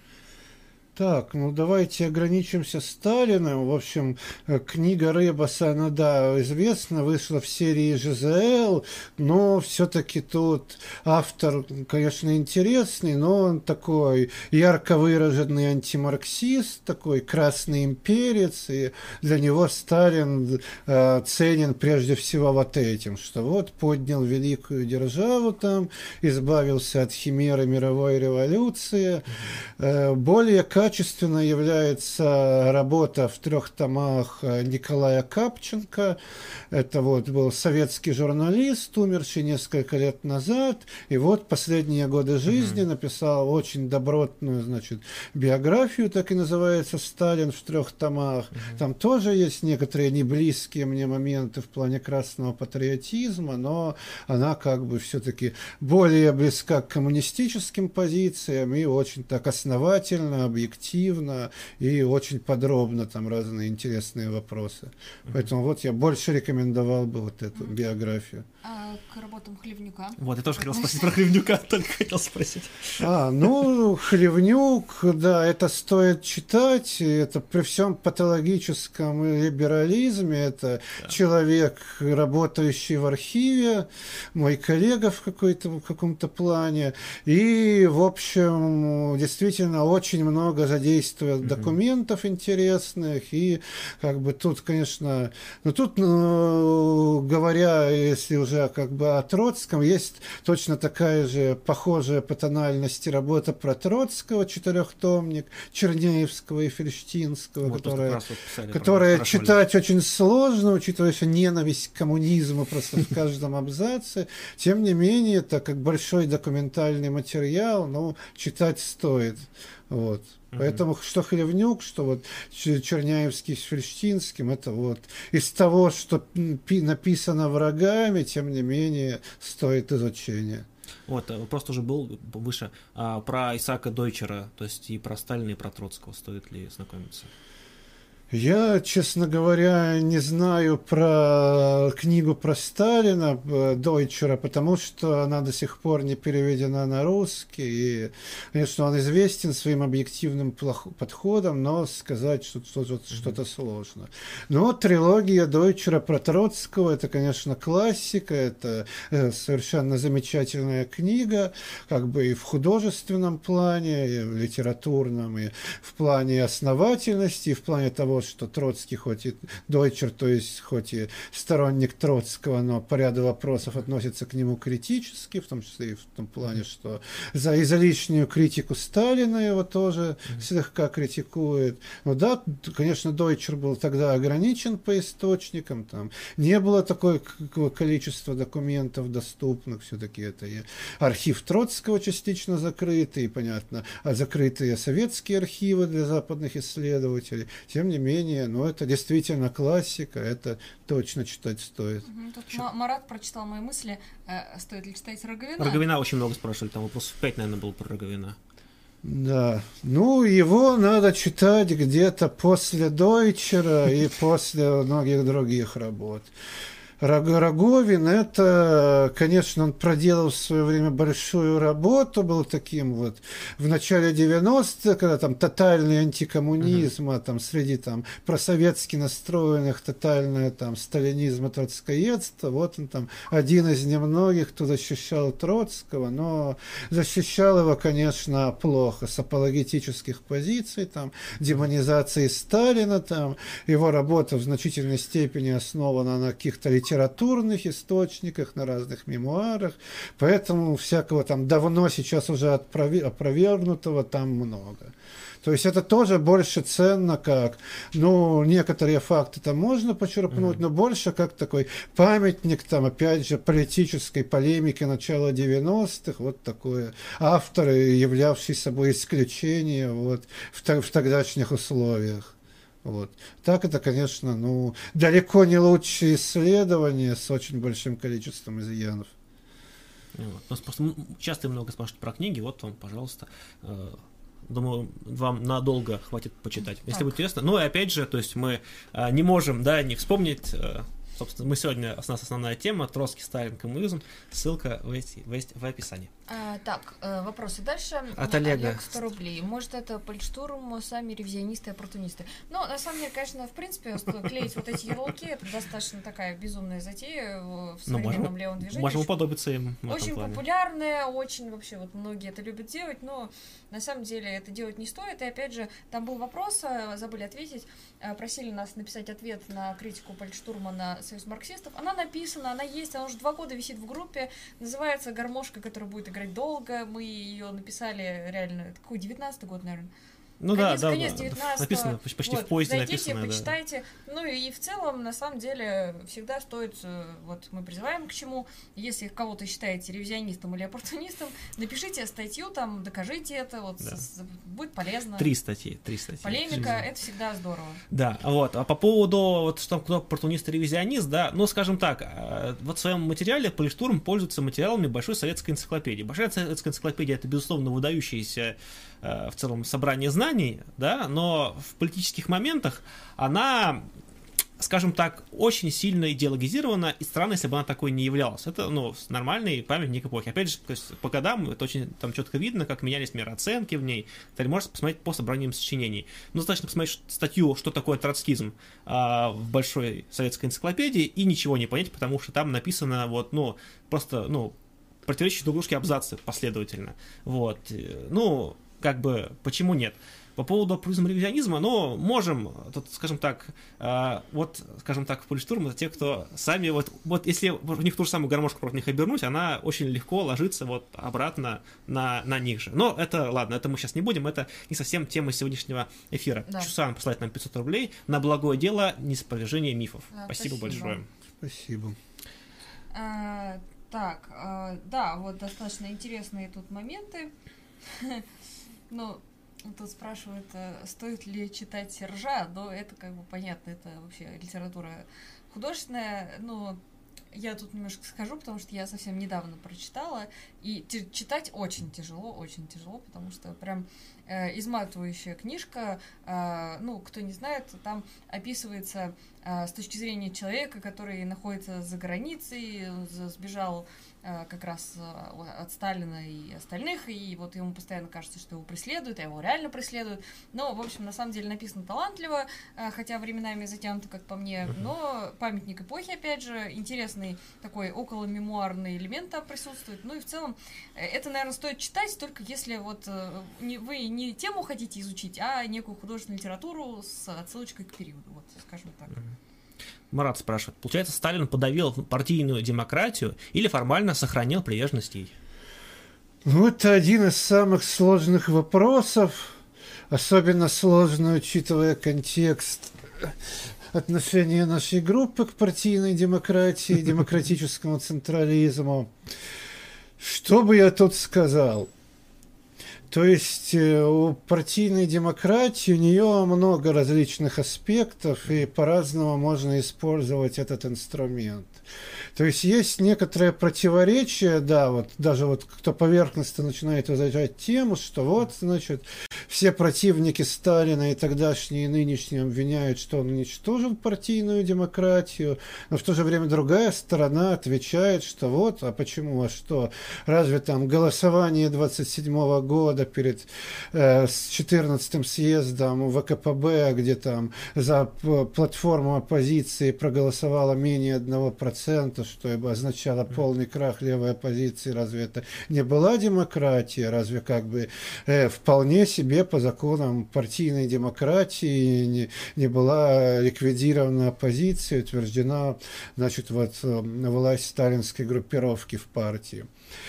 Так, ну давайте ограничимся Сталиным. В общем, книга Рыбаса, она, да, известна, вышла в серии ЖЗЛ, но все-таки тут автор, конечно, интересный, но он такой ярко выраженный антимарксист, такой красный имперец, и для него Сталин ценен прежде всего вот этим, что вот поднял великую державу там, избавился от химеры мировой революции. Более качественно является работа в 3 томах Николая Капченко. Это вот был советский журналист, умерший несколько лет назад, и вот последние годы жизни написал очень добротную, значит, биографию, так и называется, «Сталин» в 3 томах. Там тоже есть некоторые неблизкие мне моменты в плане красного патриотизма, но она как бы все-таки более близка к коммунистическим позициям и очень так основательно, объективно и очень подробно там разные интересные вопросы. Поэтому вот я больше рекомендовал бы вот эту биографию. А к работам Хлевнюка? Вот, я тоже хотел спросить про Хлевнюка, только хотел спросить. Ну, Хлевнюк, да, это стоит читать, это при всем патологическом либерализме, это человек, работающий в архиве, мой коллега в каком-то плане, и, в общем, действительно очень много задействует документов интересных, и как бы тут, конечно, говоря, если уже как бы о Троцком, есть точно такая же похожая по тональности работа про Троцкого, 4-томник, Черняевского и Фельштинского, вот которая читать очень сложно, учитывая, что ненависть к коммунизму просто в каждом абзаце. Тем не менее, так как большой документальный материал, ну, читать стоит. Вот. Поэтому что Хлевнюк, что вот Черняевский с Фельштинским, это вот из того, что написано врагами, тем не менее, стоит изучения. Вот, вопрос тоже был выше, про Исаака Дойчера, то есть и про Сталина, и про Троцкого, стоит ли знакомиться? Я, честно говоря, не знаю про книгу про Сталина Дойчера, потому что она до сих пор не переведена на русский. И, конечно, он известен своим объективным подходом, но сказать что-то сложно. Но трилогия Дойчера про Троцкого – это, конечно, классика, это совершенно замечательная книга, как бы и в художественном плане, и в литературном, и в плане основательности, и в плане того, вопрос, что Троцкий хоть и дойчер, то есть хоть и сторонник Троцкого, но по ряду вопросов относится к нему критически, в том числе и в том плане, что за излишнюю критику Сталина его тоже слегка критикует. Ну да, конечно, дойчер был тогда ограничен по источникам, там не было такого количества документов доступных, все-таки это и архив Троцкого частично закрытый, понятно, а закрытые советские архивы для западных исследователей. Тем не менее, ну это действительно классика, это точно читать стоит. Тут Марат прочитал мои мысли, стоит ли читать Роговина? Роговина очень много спрашивали, там вопросов 5, наверное, было про Роговина. Да, ну его надо читать где-то после Дойчера и после многих других работ. Роговин, это, конечно, он проделал в свое время большую работу, был таким вот в начале 90-х, когда там тотальный антикоммунизм, а там среди там просоветски настроенных тотальное там сталинизм и троцкоедство, вот он там один из немногих, кто защищал Троцкого, но защищал его, конечно, плохо, с апологетических позиций, там, демонизации Сталина, там, его работа в значительной степени основана на каких-то литературных источниках, на разных мемуарах, поэтому всякого там давно сейчас уже опровергнутого там много. То есть это тоже больше ценно как, ну, некоторые факты там можно почерпнуть, но больше как такой памятник там, опять же, политической полемики начала 90-х, вот такое. Автор, являвший собой исключение вот, в тогдашних условиях. Вот. Так это, конечно, ну, далеко не лучшие исследования с очень большим количеством изъянов. Вот. Нас просто часто и много спрашивают про книги, вот вам, пожалуйста. Думаю, вам надолго хватит почитать, если будет интересно. Ну и опять же, то есть мы не можем, да, не вспомнить. Собственно, мы сегодня, у нас основная тема Троцкий, Сталин, коммунизм. Ссылка в описании. Так, вопросы дальше. От Олега. Олег, 100 рублей. Может, это политштурм, сами ревизионисты, оппортунисты. Но, на самом деле, конечно, в принципе, клеить вот эти ярлыки, это достаточно такая безумная затея в современном левом движении. Можем уподобиться им. Очень популярная, очень вообще, вот многие это любят делать, но на самом деле это делать не стоит. И опять же, там был вопрос, забыли ответить, просили нас написать ответ на критику политштурма на Союз марксистов. Она написана, она есть, она уже 2 года висит в группе, называется «Гармошка, которая будет играть долго». Мы ее написали реально, какой, 19-й год, наверное. Ну конец, да, конец 19-го. Написано, почти вот, в поезде зайдите, написано. почитайте. Да. Ну и в целом, на самом деле, всегда стоит, вот мы призываем к чему, если кого-то считаете ревизионистом или оппортунистом, напишите статью, там, докажите это, вот, да. Будет полезно. 3 статьи. Полемика, это всегда здорово. Да, вот, а по поводу, вот, что кто оппортунист и ревизионист, да, ну, скажем так, вот в своем материале Политштурм пользуется материалами Большой советской энциклопедии. Большая советская энциклопедия — это, безусловно, выдающаяся в целом собрание знаний, да, но в политических моментах она, скажем так, очень сильно идеологизирована, и странно, если бы она такой не являлась. Это, ну, нормальный памятник эпохи. Опять же, то есть по годам это очень там четко видно, как менялись мирооценки в ней. Ты можешь посмотреть по собраниям сочинений. Но достаточно посмотреть статью, что такое троцкизм в Большой советской энциклопедии, и ничего не понять, потому что там написано вот, ну, просто, ну, противоречащие друг дружке абзацы последовательно. Вот. Ну, как бы, почему нет? По поводу оппортунизма-ревизионизма, ну, можем, тут, скажем так, вот, скажем так, в Политштурм, это те, кто сами, вот если в них ту же самую гармошку против них обернуть, она очень легко ложится вот обратно на них же. Но это, ладно, это мы сейчас не будем, это не совсем тема сегодняшнего эфира. Да. Чусан посылает нам 500 рублей на благое дело неспровержения мифов. Да, спасибо большое. Спасибо. Да, вот достаточно интересные тут моменты. Ну, тут спрашивают, стоит ли читать Сержа, но это как бы понятно, это вообще литература художественная, но я тут немножко скажу, потому что я совсем недавно прочитала, и читать очень тяжело, потому что прям изматывающая книжка, ну, кто не знает, там описывается с точки зрения человека, который находится за границей, сбежал как раз от Сталина и остальных, и вот ему постоянно кажется, что его преследуют, а его реально преследуют. Но, в общем, на самом деле написано талантливо, хотя временами затянуто, как по мне, но памятник эпохи, опять же, интересно разный такой околомемуарный элемент там присутствует. Ну и в целом это, наверное, стоит читать, только если вот вы не тему хотите изучить, а некую художественную литературу с отсылочкой к периоду, вот, скажем так. Марат спрашивает, получается, Сталин подавил партийную демократию или формально сохранил приверженность ей? Ну, это один из самых сложных вопросов, особенно сложный, учитывая контекст отношения нашей группы к партийной демократии, демократическому централизму. Что бы я тут сказал? То есть у партийной демократии у нее много различных аспектов, и по-разному можно использовать этот инструмент. То есть некоторое противоречие, да, вот даже вот кто поверхностно начинает изучать тему, что вот, значит, все противники Сталина и тогдашние, и нынешние обвиняют, что он уничтожил партийную демократию, но в то же время другая сторона отвечает, что вот, а почему, а что, разве там голосование 27-го года перед 14-м съездом ВКПБ, где там за платформу оппозиции проголосовало менее 1%, что означало полный крах левой оппозиции, разве это не была демократия, разве как бы вполне себе по законам партийной демократии не была ликвидирована оппозиция, утверждена, значит, вот власть сталинской группировки в партии.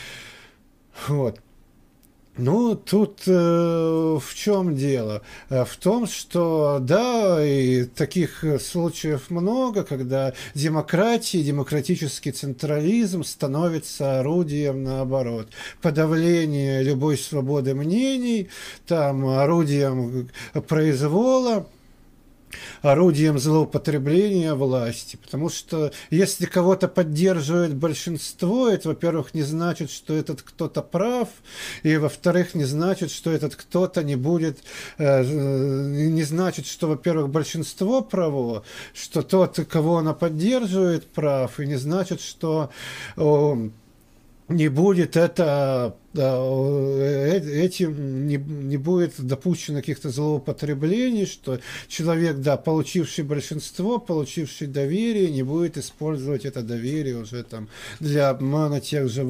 Вот. Ну, тут в чем дело? В том, что, да, и таких случаев много, когда демократия, демократический централизм становится орудием, наоборот, подавления любой свободы мнений, там, орудием произвола, орудием злоупотребления власти. Потому что если кого-то поддерживает большинство, это, во-первых, не значит, что этот кто-то прав, и, во-вторых, не значит, что этот кто-то не будет, не значит, что, во-первых, большинство право, что тот, кого она поддерживает, прав, и не значит, что не будет этим не будет допущено каких-то злоупотреблений, что человек, да, получивший большинство, получивший доверие, не будет использовать это доверие уже там для обмана тех же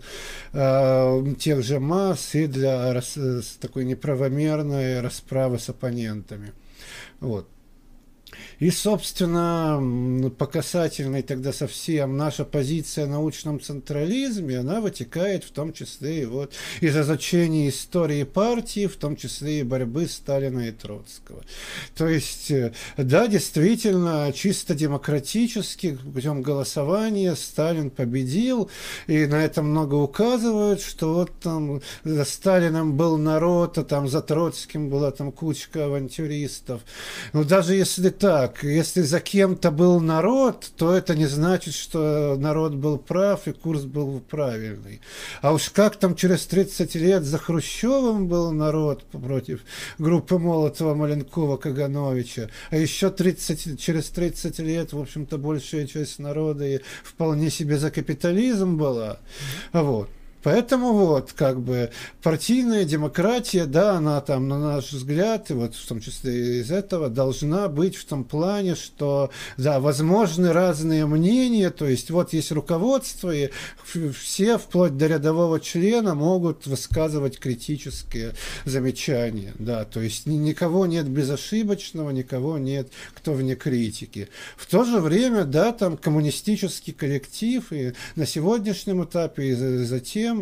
масс и для такой неправомерной расправы с оппонентами. Вот. И, собственно, по касательной тогда совсем наша позиция о научном централизме, она вытекает в том числе и вот из изучения истории партии, в том числе и борьбы Сталина и Троцкого. То есть, да, действительно, чисто демократически, путем голосования Сталин победил, и на это много указывают, что вот там за Сталиным был народ, а там за Троцким была там кучка авантюристов. Но даже если так, если за кем-то был народ, то это не значит, что народ был прав и курс был правильный. А уж как там через 30 лет за Хрущевым был народ против группы Молотова, Маленкова, Кагановича, а еще через 30 лет, в общем-то, большая часть народа и вполне себе за капитализм была. Вот. Поэтому вот, как бы, партийная демократия, да, она там, на наш взгляд, и вот в том числе из этого, должна быть в том плане, что, да, возможны разные мнения, то есть вот есть руководство, и все, вплоть до рядового члена, могут высказывать критические замечания, да, то есть никого нет безошибочного, никого нет, кто вне критики. В то же время, да, там коммунистический коллектив, и на сегодняшнем этапе, и затем,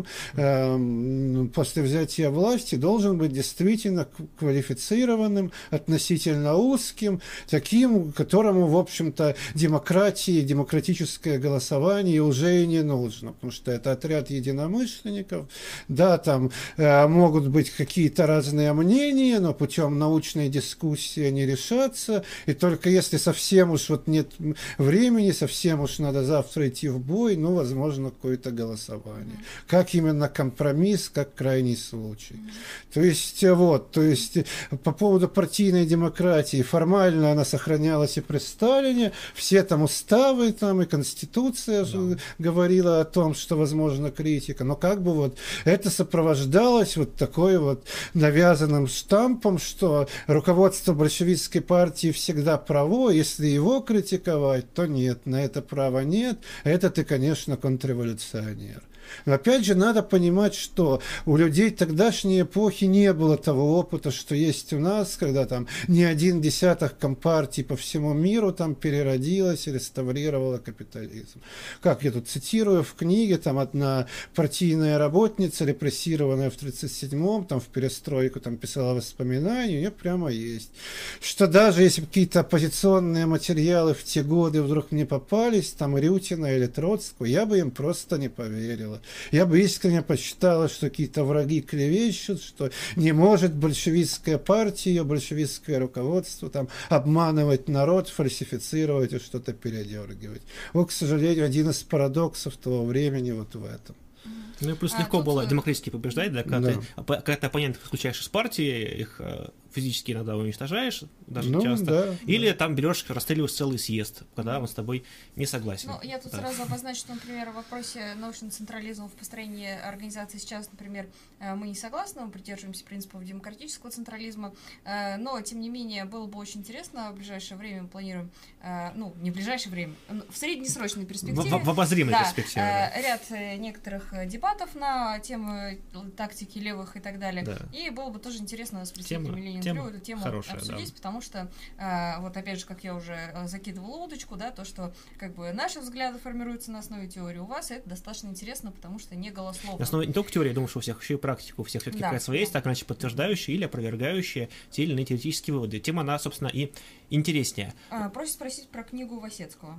после взятия власти должен быть действительно квалифицированным, относительно узким, таким, которому, в общем-то, демократия, демократическое голосование уже и не нужно, потому что это отряд единомышленников. Да, там могут быть какие-то разные мнения, но путем научной дискуссии они решатся, и только если совсем уж вот нет времени, совсем уж надо завтра идти в бой, ну, возможно, какое-то голосование. Как как именно компромисс, как крайний случай. То есть, по поводу партийной демократии, формально она сохранялась и при Сталине, все там уставы, там и Конституция говорила о том, что возможна критика, но как бы вот это сопровождалось вот такой вот навязанным штампом, что руководство большевистской партии всегда право, если его критиковать, то нет, на это права нет, это ты, конечно, контрреволюционер. Но опять же надо понимать, что у людей тогдашней эпохи не было того опыта, что есть у нас, когда там не один десяток компартий по всему миру там переродилась и реставрировала капитализм. Как я тут цитирую в книге, там одна партийная работница, репрессированная в 1937-м, там в перестройку там писала воспоминания, у нее прямо есть, что даже если какие-то оппозиционные материалы в те годы вдруг мне попались, там Рютина или Троцкого, я бы им просто не поверила. Я бы искренне посчитала, что какие-то враги клевещут, что не может большевистская партия, ее большевистское руководство там обманывать народ, фальсифицировать и что-то передергивать. Вот, к сожалению, один из парадоксов того времени вот в этом. Ну и плюс легко было демократически побеждать, да, когда ты оппонентов исключаешь из партии, их физически иногда уничтожаешь, даже часто, или там берешь, расстреливаешь целый съезд, когда он с тобой не согласен. Ну, я тут сразу обозначу, что, например, в вопросе научного централизма в построении организации сейчас, например, мы не согласны, мы придерживаемся принципов демократического централизма, но, тем не менее, было бы очень интересно, в ближайшее время мы планируем, не в ближайшее время, в среднесрочной перспективе, в обозримой перспективе, ряд некоторых дебатов на тему тактики левых и так далее, и было бы тоже интересно с представителями Ленина эту тему хорошая, обсудить, потому что, вот опять же, как я уже закидывала удочку, да, то, что как бы наши взгляды формируются на основе теории у вас, это достаточно интересно, потому что не голословно. На основе не только теории, я думаю, что у всех еще и практика, у всех все-таки какая-то своя есть, так иначе подтверждающие или опровергающие те или иные теоретические выводы. Тема, она, собственно, и интереснее. Просит спросить про книгу Васецкого.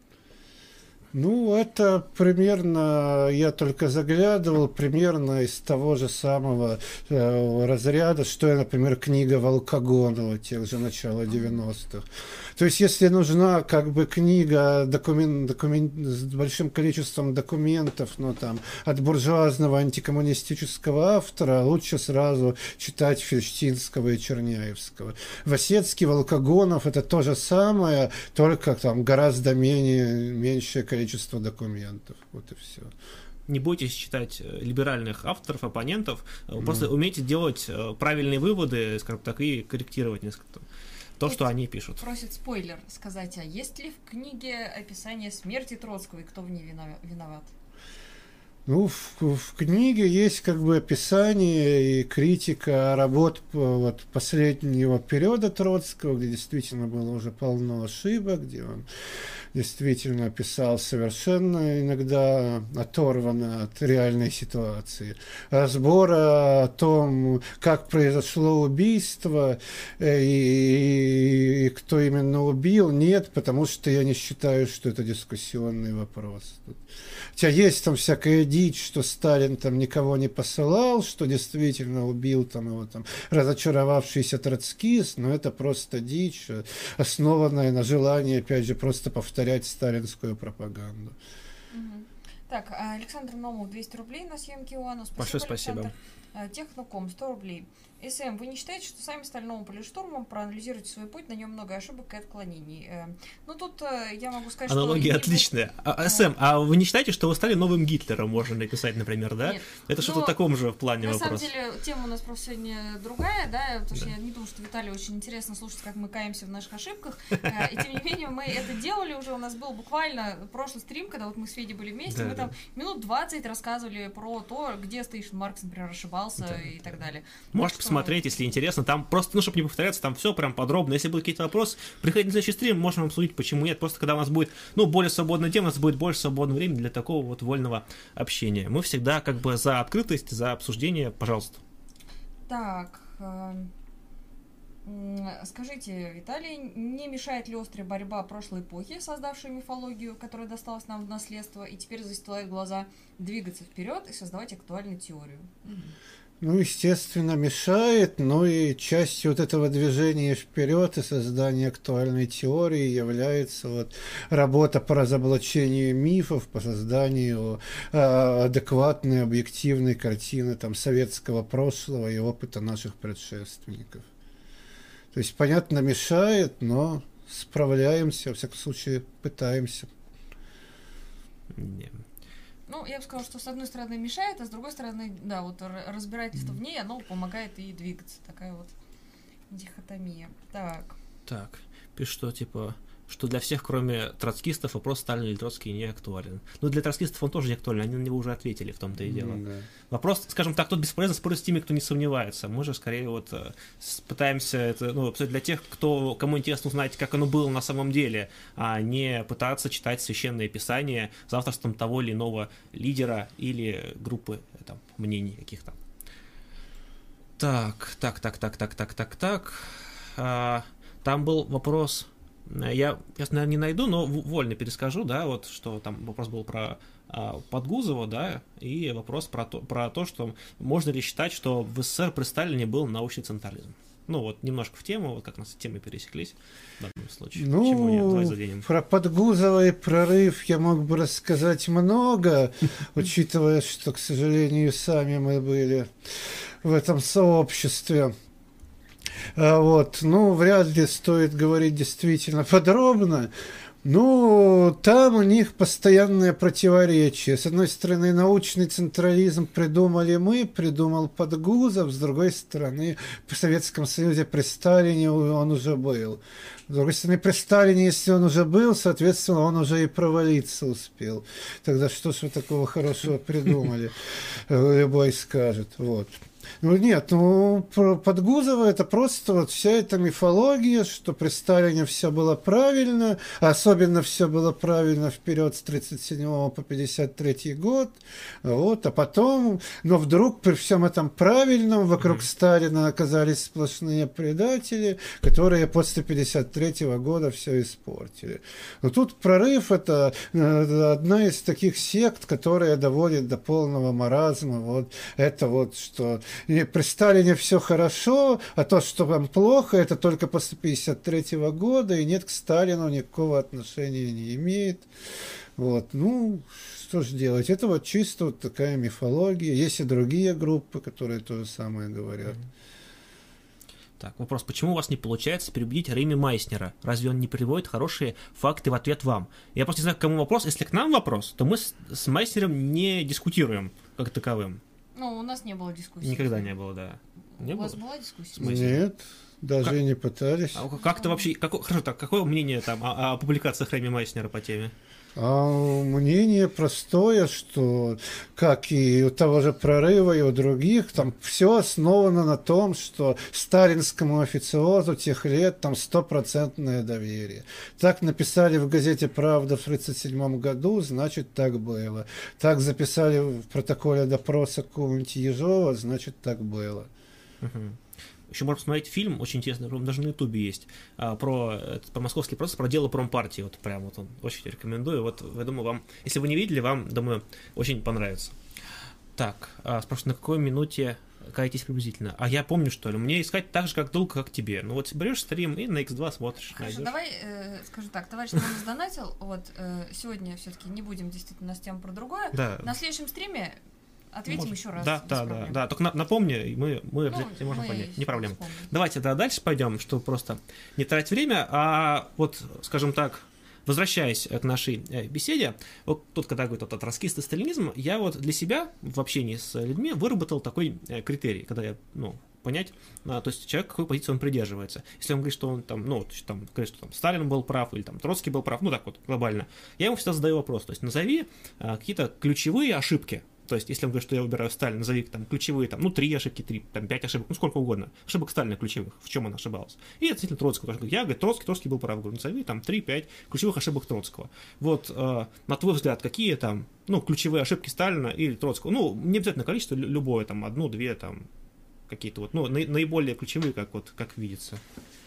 Ну, это примерно, я только заглядывал, примерно из того же самого разряда, что, например, книга Волкогонова, тех же начала 90-х. То есть, если нужна как бы книга с большим количеством документов, там, от буржуазного антикоммунистического автора, лучше сразу читать Фельштинского и Черняевского. Васецкий, Волкогонов – это то же самое, только там гораздо меньшее количество документов. Вот и все. Не бойтесь читать либеральных авторов, оппонентов, просто умейте делать правильные выводы, скажем так, и корректировать несколько то, что они пишут. Просит спойлер сказать, а есть ли в книге описание смерти Троцкого и кто в ней виноват? Ну, в книге есть как бы описание и критика работ вот последнего периода Троцкого, где действительно было уже полно ошибок, где он действительно писал совершенно иногда оторванно от реальной ситуации. Разбора о том, как произошло убийство и кто именно убил, нет, потому что я не считаю, что это дискуссионный вопрос. Хотя есть там всякая дичь, что Сталин там никого не посылал, что действительно убил там его там разочаровавшийся троцкист, но это просто дичь, основанная на желании, опять же, просто повторять сталинскую пропаганду. Так, Александр Номов, 200 рублей на съемки Иоанну. Большое спасибо. Техноком, 100 рублей. СМ, вы не считаете, что сами стальному полиштурмом проанализируете свой путь, на нем много ошибок и отклонений? Ну, тут я могу сказать, аналогия что... отличная. СМ, а вы не считаете, что вы стали новым Гитлером, можно написать, например, да? Нет. Это что-то в таком же плане вопрос. На самом деле, тема у нас просто сегодня другая, да, потому что я не думаю, что Виталию очень интересно слушать, как мы каемся в наших ошибках, и тем не менее мы это делали уже, у нас был буквально прошлый стрим, когда вот мы с Федей были вместе, мы там минут 20 рассказывали про то, где Стейшн Маркс, например, ошибался и так далее. Можете посмотреть, если интересно. Там просто, чтобы не повторяться, там все прям подробно. Если будут какие-то вопросы, приходите на следующий стрим, можем обсудить, почему нет. Просто когда у нас будет, более свободная тема, у нас будет больше свободного времени для такого вот вольного общения. Мы всегда как бы за открытость, за обсуждение, пожалуйста. Так, скажите, Виталий, не мешает ли острая борьба прошлой эпохи, создавшей мифологию, которая досталась нам в наследство и теперь застилает глаза, двигаться вперед и создавать актуальную теорию? Ну, естественно, мешает, но и частью вот этого движения вперед и создания актуальной теории является вот работа по разоблачению мифов, по созданию адекватной, объективной картины там, советского прошлого и опыта наших предшественников. То есть, понятно, мешает, но справляемся, во всяком случае, пытаемся. Ну, я бы сказала, что с одной стороны мешает, а с другой стороны, да, вот разбирательство в ней, оно помогает и двигаться. Такая вот дихотомия. Так, пишет, что, типа, что для всех, кроме троцкистов, вопрос Сталин или Троцкий не актуален. Ну, для троцкистов он тоже не актуален, они на него уже ответили, в том-то и дело. Да. Вопрос, скажем так, тут бесполезно спорить с теми, кто не сомневается. Мы же скорее вот пытаемся это, ну, для тех, кому интересно узнать, как оно было на самом деле, а не пытаться читать священное писание за авторством того или иного лидера или группы там, мнений каких-то. Так. Там был вопрос... Я сейчас, наверное, не найду, но вольно перескажу, да, вот, что там вопрос был про Подгузова, да, и вопрос про то, что можно ли считать, что в СССР при Сталине был научный централизм. Ну, вот, немножко в тему, вот как у нас темы пересеклись в данном случае. Ну, почему нет? Давай заденем. Про Подгузова и прорыв я мог бы рассказать много, учитывая, что, к сожалению, сами мы были в этом сообществе. Вот, ну, вряд ли стоит говорить действительно подробно. Ну, там у них постоянное противоречие. С одной стороны, научный централизм придумали мы, придумал Подгузов. С другой стороны, в Советском Союзе при Сталине он уже был. С другой стороны, при Сталине, если он уже был, соответственно, он уже и провалиться успел. Тогда что ж вы такого хорошего придумали? Любой скажет. Вот. Ну нет, ну Подгузова это просто вот вся эта мифология, что при Сталине все было правильно, особенно все было правильно вперед с 1937 по 1953 год, вот, а потом, но вдруг при всем этом правильном вокруг Сталина оказались сплошные предатели, которые после 1953 года все испортили. Но тут прорыв это одна из таких сект, которая доводит до полного маразма, вот это вот, что и при Сталине все хорошо, а то, что вам плохо, это только после 1953 года, и нет, к Сталину никакого отношения не имеет. Вот, ну, что же делать? Это вот чисто вот такая мифология. Есть и другие группы, которые то же самое говорят. Так, вопрос. Почему у вас не получается переубедить Реми Майснера? Разве он не приводит хорошие факты в ответ вам? Я просто не знаю, к кому вопрос. Если к нам вопрос, то мы с Майснером не дискутируем как таковым. Ну, у нас не было дискуссии. Никогда не было, да. Не у вас была дискуссия? Нет, даже не пытались. А как-то вообще... Хорошо, так, какое мнение там о публикациях Реми Майснера по теме? Мнение простое, что, как и у того же прорыва, и у других, там все основано на том, что сталинскому официозу тех лет там 100% доверие. Так написали в газете «Правда» в 1937 году, значит, так было. Так записали в протоколе допроса какого-нибудь Ежова, значит, так было. Еще можно посмотреть фильм, очень интересный, даже на Ютубе есть, про московский процесс, про дело промпартии. Вот прям вот он, очень рекомендую. Вот, я думаю, вам, если вы не видели, вам, думаю, очень понравится. Так, спрашивают, на какой минуте каетесь приблизительно? А я помню, что ли, мне искать так же, как долго, как тебе. Ну вот берешь стрим и на X2 смотришь. Хорошо, давай скажу так, товарищ нам сдонатил, вот, сегодня все-таки не будем действительно с тем про другое. Да. На следующем стриме ответим еще раз. Да. Только напомни, мы обязательно можем понять. Не проблема. Вспомним. Давайте дальше пойдем, чтобы просто не тратить время, а вот, скажем так, возвращаясь к нашей беседе, вот тут, когда говорит о троцкист и сталинизм, я вот для себя в общении с людьми выработал такой критерий, когда я, понять, то есть человек, какой позиции он придерживается. Если он говорит, что он там, говорит, что там Сталин был прав, или там Троцкий был прав, так вот, глобально, я ему всегда задаю вопрос, то есть назови какие-то ключевые ошибки. То есть, если он говорит, что я выбираю Сталина, назови там ключевые, 3 ошибки, 5 ошибок, сколько угодно. Ошибок Сталина ключевых, в чем он ошибался. И относительно Троцкого. Я говорю, Троцкий был прав. Говорю, назови 3-5 ключевых ошибок Троцкого. Вот, на твой взгляд, какие там, ключевые ошибки Сталина или Троцкого? Не обязательно количество, любое, 1-2, какие-то вот, наиболее ключевые, как видится.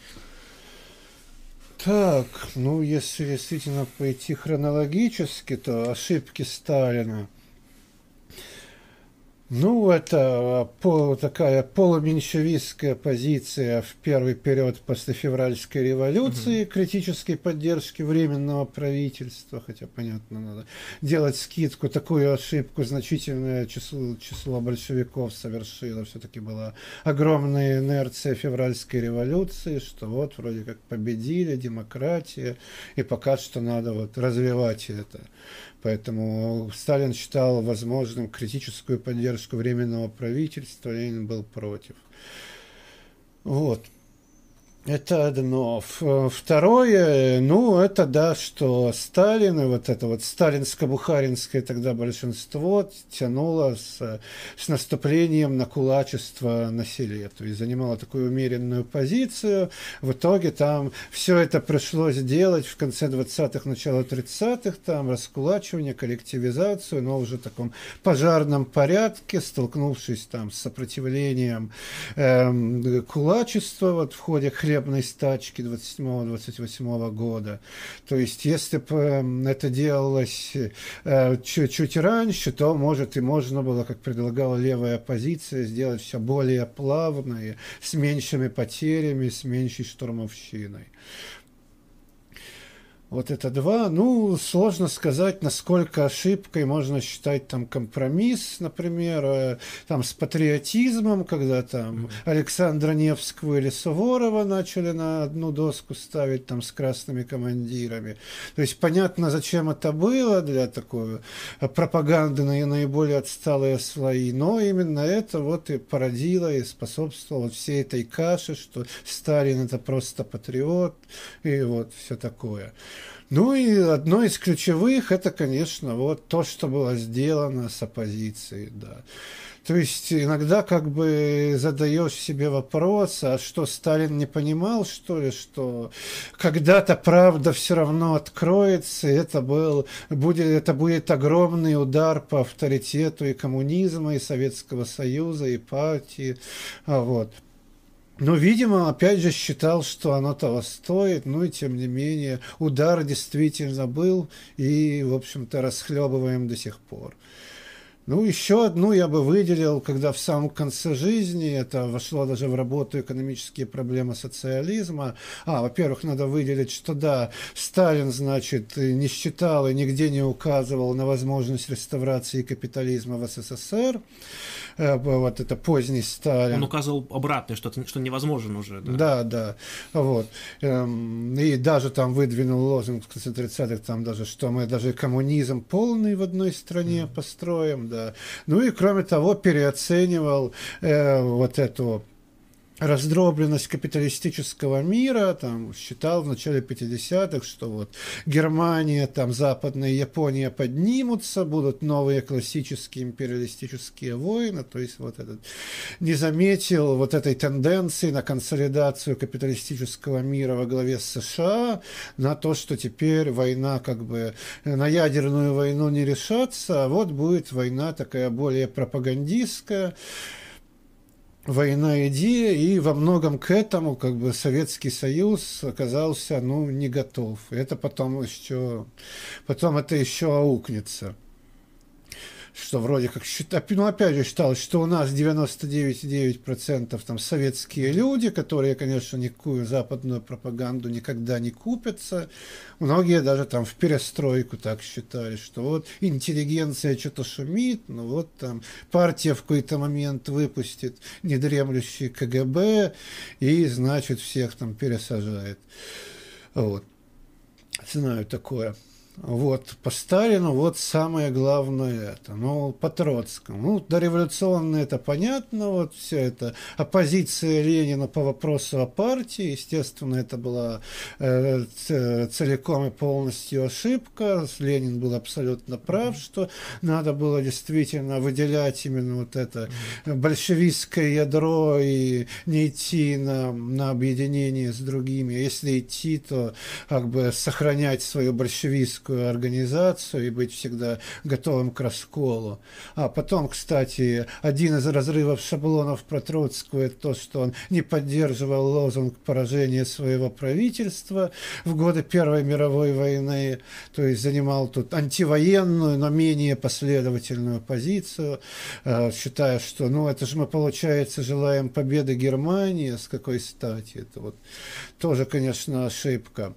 Так, если действительно пойти хронологически, то ошибки Сталина. Ну, это такая полуменьшевистская позиция в первый период после февральской революции, критической поддержки Временного правительства, хотя, понятно, надо делать скидку, такую ошибку значительное число большевиков совершило, все-таки была огромная инерция февральской революции, что вот вроде как победили, демократия, и пока что надо вот развивать это. Поэтому Сталин считал возможным критическую поддержку Временного правительства, Ленин был против. Вот. Это одно. Второе, ну, это да, что Сталин и вот это вот сталинско-бухаринское тогда большинство тянуло с наступлением на кулачество на селе, то есть занимало такую умеренную позицию. В итоге там все это пришлось делать в конце 20-х, начало 30-х, там раскулачивание, коллективизацию, но уже в таком пожарном порядке, столкнувшись там с сопротивлением кулачества вот в ходе хлебной стачки 27-28 года. То есть, если бы это делалось чуть-чуть раньше, то, может, и можно было, как предлагала левая оппозиция, сделать все более плавно, с меньшими потерями, с меньшей штурмовщиной. Вот это два. Ну, сложно сказать, насколько ошибкой можно считать там компромисс, например, там с патриотизмом, когда там Александра Невского или Суворова начали на одну доску ставить там с красными командирами. То есть понятно, зачем это было для такой пропаганды на наиболее отсталые слои, но именно это вот и породило и способствовало всей этой каше, что Сталин это просто патриот и вот все такое. Ну и одно из ключевых, это, конечно, вот то, что было сделано с оппозицией, да. То есть иногда как бы задаешь себе вопрос, а что, Сталин не понимал, что ли, что когда-то правда все равно откроется, и это будет огромный удар по авторитету и коммунизма, и Советского Союза, и партии, вот. Но, видимо, опять же считал, что оно того стоит, ну и тем не менее удар действительно был и, в общем-то, расхлебываем до сих пор. Ну, еще одну я бы выделил, когда в самом конце жизни, это вошло даже в работу «Экономические проблемы социализма». Во-первых, надо выделить, что да, Сталин, значит, не считал и нигде не указывал на возможность реставрации капитализма в СССР. Вот это поздний Сталин. Он указывал обратное, что невозможно уже. Да. Вот. И даже там выдвинул лозунг в конце 30-х, там даже, что мы даже коммунизм полный в одной стране построим, да. Ну и кроме того переоценивал вот эту раздробленность капиталистического мира, там, считал в начале 50-х, что вот Германия, там, Западная Япония поднимутся, будут новые классические империалистические войны, то есть вот этот не заметил вот этой тенденции на консолидацию капиталистического мира во главе с США, на то, что теперь война как бы на ядерную войну не решаться, а вот будет война такая более пропагандистская, война идея, и во многом к этому как бы Советский Союз оказался не готов. Это потом это еще аукнется. Что вроде как опять же считалось, что у нас 99,9% там советские люди, которые, конечно, никакую западную пропаганду никогда не купятся. Многие даже там в перестройку так считали, что вот интеллигенция что-то шумит, вот там партия в какой-то момент выпустит недремлющий КГБ и, значит, всех там пересажает. Вот. Знаю такое. Вот, по Сталину вот самое главное это. По Троцкому. Дореволюционно это понятно, вот все это оппозиция Ленина по вопросу о партии, естественно, это была целиком и полностью ошибка. Ленин был абсолютно прав, что надо было действительно выделять именно вот это большевистское ядро и не идти на объединение с другими. Если идти, то как бы сохранять свою большевистскую коммунистическую организацию и быть всегда готовым к расколу. А потом, кстати, один из разрывов шаблонов про Троцкого — это то, что он не поддерживал лозунг поражения своего правительства в годы Первой мировой войны, то есть занимал тут антивоенную, но менее последовательную позицию, считая, что, это же мы, получается, желаем победы Германии, с какой стати? Это вот тоже, конечно, ошибка.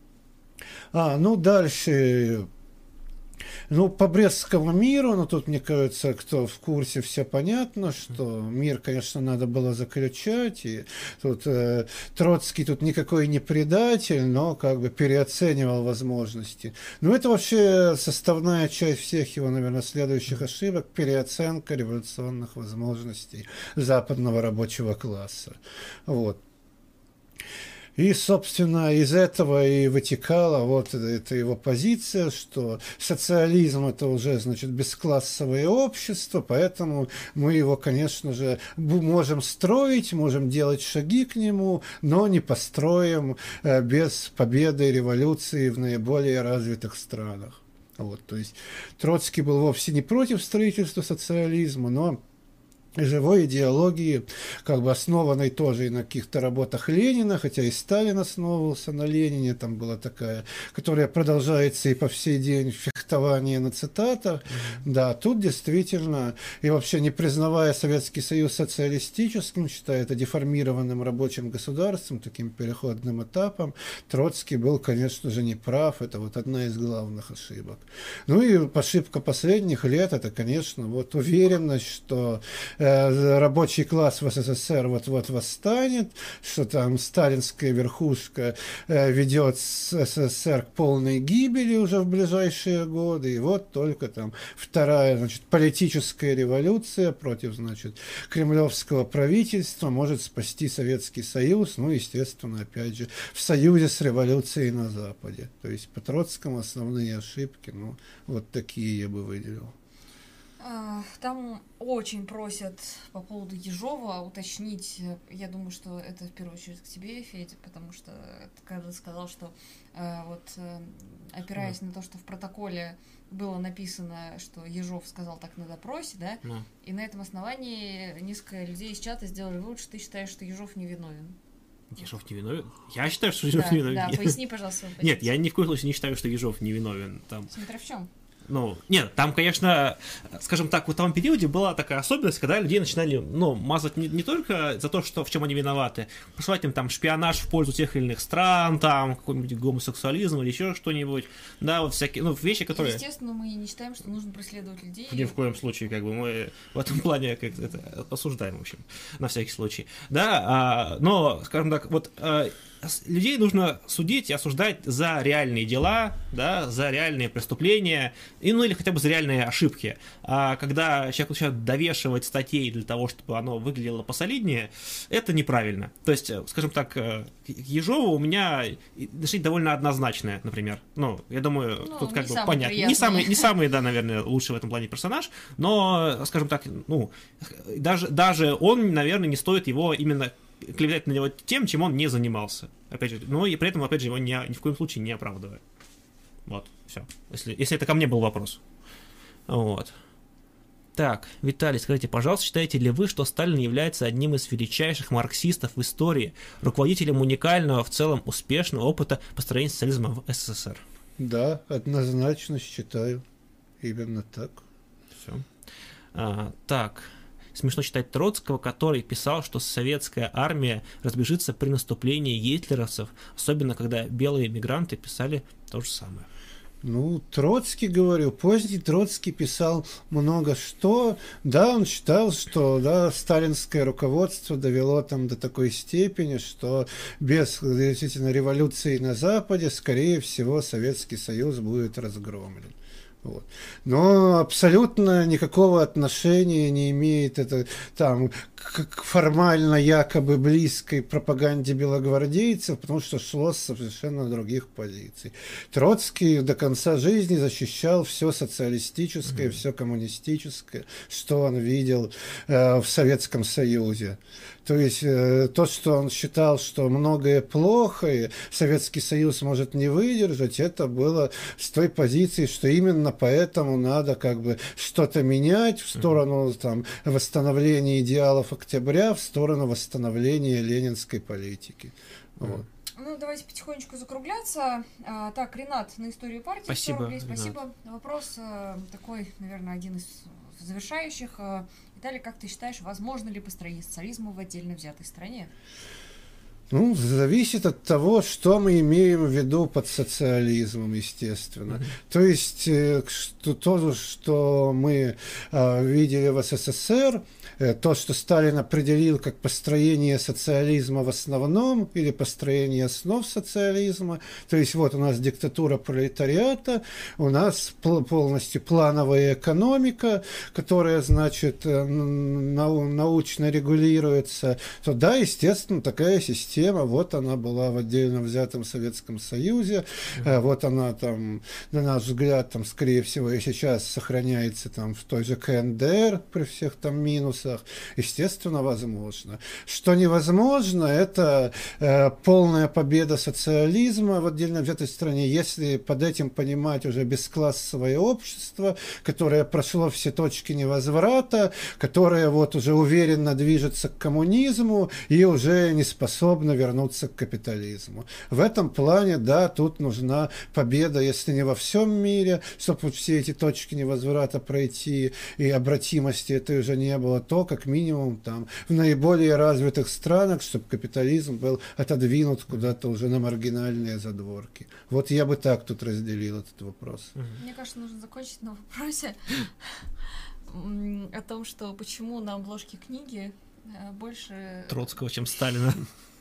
Дальше... по Брестскому миру, тут, мне кажется, кто в курсе, все понятно, что мир, конечно, надо было заключать, и тут Троцкий тут никакой не предатель, но как бы переоценивал возможности. Это вообще составная часть всех его, наверное, следующих ошибок – переоценка революционных возможностей западного рабочего класса. И, собственно, из этого и вытекала эта его позиция, что социализм – это уже, бесклассовое общество, поэтому мы его, конечно же, можем строить, можем делать шаги к нему, но не построим без победы и революции в наиболее развитых странах. То есть Троцкий был вовсе не против строительства социализма, но живой идеологии, основанной тоже и на каких-то работах Ленина, хотя и Сталин основывался на Ленине, там была такая, которая продолжается и по сей день, фехтование на цитатах. Да, тут действительно, и вообще не признавая Советский Союз социалистическим, считая это деформированным рабочим государством, таким переходным этапом, Троцкий был, конечно же, неправ, это одна из главных ошибок. И ошибка последних лет, это, конечно, уверенность, что рабочий класс в СССР вот восстанет, что там сталинская верхушка ведет СССР к полной гибели уже в ближайшие годы, и только там вторая, политическая революция против, кремлевского правительства может спасти Советский Союз, естественно, опять же, в союзе с революцией на Западе. То есть по Троцкому основные ошибки, такие я бы выделил. Там очень просят по поводу Ежова уточнить, я думаю, что это в первую очередь к тебе, Федя, потому что когда ты сказал, что опираясь на то, что в протоколе было написано, что Ежов сказал так на допросе, да, и на этом основании несколько людей из чата сделали вывод, что ты считаешь, что Ежов невиновен. Ежов не виновен? Я считаю, что Ежов не виновен. Да, поясни, пожалуйста. Нет, я ни в коем случае не считаю, что Ежов не виновен. Смотря в чем. Нет, там, конечно, скажем так, в том периоде была такая особенность, когда людей начинали, мазать не только за то, что в чем они виноваты, посылать им там шпионаж в пользу тех или иных стран, там, какой-нибудь гомосексуализм или еще что-нибудь, да, всякие, вещи, которые... Естественно, мы не считаем, что нужно преследовать людей. Ни в коем случае, мы в этом плане это осуждаем, в общем, на всякий случай, да, но, скажем так, людей нужно судить и осуждать за реальные дела, да, за реальные преступления, или хотя бы за реальные ошибки. А когда человек начинает довешивать статей для того, чтобы оно выглядело посолиднее, это неправильно. То есть, скажем так, к Ежову у меня отношение довольно однозначное, например. Я думаю, тут понятно. Не самый, да, наверное, лучший в этом плане персонаж, но, скажем так, даже он, наверное, не стоит его именно клеветать на него тем, чем он не занимался. Опять же, и при этом, опять же, его ни в коем случае не оправдывая. Все. Если это ко мне был вопрос. Так, Виталий, скажите, пожалуйста, считаете ли вы, что Сталин является одним из величайших марксистов в истории, руководителем уникального, в целом успешного опыта построения социализма в СССР? Да, однозначно считаю. Именно так. Все. Так... Смешно читать Троцкого, который писал, что советская армия разбежится при наступлении гитлеровцев, особенно когда белые мигранты писали то же самое. Троцкий, говорю, поздний Троцкий писал много что. Да, он считал, что сталинское руководство довело до такой степени, что без действительно революции на Западе, скорее всего, Советский Союз будет разгромлен. Но абсолютно никакого отношения не имеет это к формально якобы близкой пропаганде белогвардейцев, потому что шло с совершенно других позиций. Троцкий до конца жизни защищал все социалистическое, все коммунистическое, что он видел в Советском Союзе. То есть то, что он считал, что многое плохо, и Советский Союз может не выдержать, это было с той позиции, что именно поэтому надо как бы что-то менять в сторону там, восстановления идеалов октября, в сторону восстановления ленинской политики. Вот. Ну, давайте потихонечку закругляться. Так, Ренат, на историю партии. Спасибо, 100 рублей, спасибо. Вопрос такой, наверное, один из завершающих. Виталий, как ты считаешь, возможно ли построение социализма в отдельно взятой стране? Ну, зависит от того, что мы имеем в виду под социализмом, естественно. То есть то, что мы видели в СССР, то, что Сталин определил как построение социализма в основном или построение основ социализма. То есть вот у нас диктатура пролетариата, у нас полностью плановая экономика, которая, значит, научно регулируется. То да, естественно, такая система, вот она была в отдельно взятом Советском Союзе, вот она там, на наш взгляд, там, скорее всего, и сейчас сохраняется там в той же КНДР при всех там минусах. Естественно, возможно. Что невозможно, это полная победа социализма в отдельно взятой стране, если под этим понимать уже бесклассовое общество, которое прошло все точки невозврата, которое вот уже уверенно движется к коммунизму и уже не способно вернуться к капитализму. В этом плане, да, тут нужна победа, если не во всем мире, чтобы все эти точки невозврата пройти и обратимости это уже не было, то как минимум там в наиболее развитых странах, чтобы капитализм был отодвинут куда-то уже на маргинальные задворки. Вот я бы так тут разделил этот вопрос. Мне кажется, нужно закончить на вопросе о том, что почему на обложке книги больше Троцкого, чем Сталина.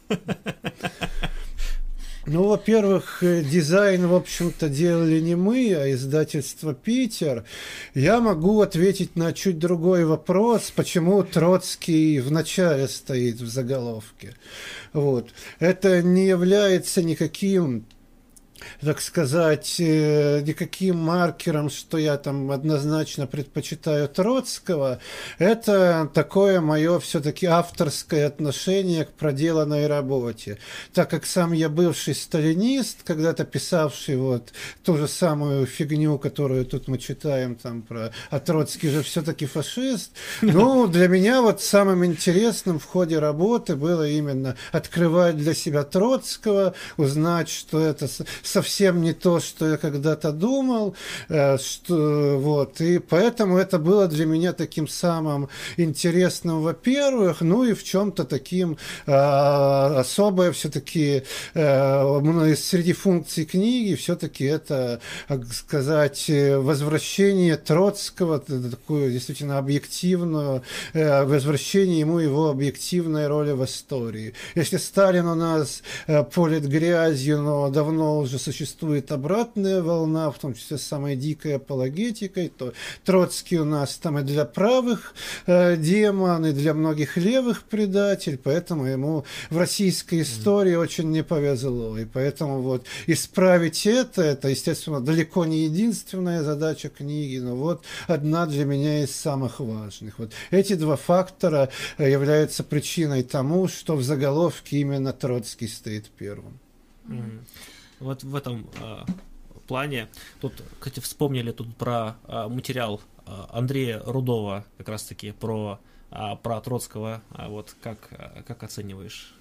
Ну, во-первых, дизайн, в общем-то, делали не мы, а издательство «Питер». Я могу ответить на чуть другой вопрос, почему Троцкий в начале стоит в заголовке. Вот. Это не является никаким, так сказать, никаким маркером, что я там однозначно предпочитаю Троцкого. Это такое мое все-таки авторское отношение к проделанной работе. Так как сам я бывший сталинист, когда-то писавший вот ту же самую фигню, которую тут мы читаем там про, а Троцкий же все-таки фашист. Ну, для меня вот самым интересным в ходе работы было именно открывать для себя Троцкого, узнать, что это совсем не то, что я когда-то думал, вот, и поэтому это было для меня таким самым интересным, во-первых, ну и в чем-то таким особое все-таки среди функций книги все-таки это, как сказать, возвращение Троцкого, такую действительно объективную, возвращение ему его объективной роли в истории. Если Сталин у нас полит грязью, но давно уже существует обратная волна, в том числе с самой дикой апологетикой, то Троцкий у нас там и для правых демон, и для многих левых предатель, поэтому ему в российской истории очень не повезло. И поэтому вот исправить это, естественно, далеко не единственная задача книги, но вот одна для меня из самых важных. Вот эти два фактора являются причиной тому, что в заголовке именно Троцкий стоит первым. Вот в этом плане, тут, кстати, вспомнили тут про материал Андрея Рудова, как раз-таки про Троцкого, вот как оцениваешь?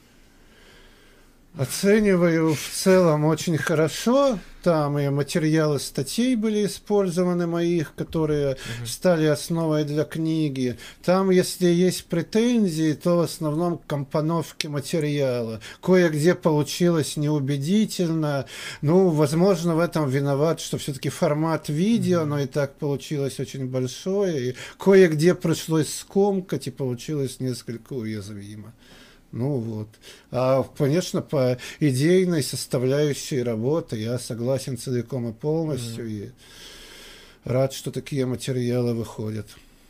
Оцениваю в целом очень хорошо. Там и материалы статей были использованы моих, которые стали основой для книги. Там, если есть претензии, то в основном к компоновке материала. Кое-где получилось неубедительно. Ну, возможно, в этом виноват, что все-таки формат видео, но и так получилось очень большое. И кое-где пришлось скомкать, и получилось несколько уязвимо. Ну вот. А, конечно, по идейной составляющей работы я согласен целиком и полностью, и рад, что такие материалы выходят.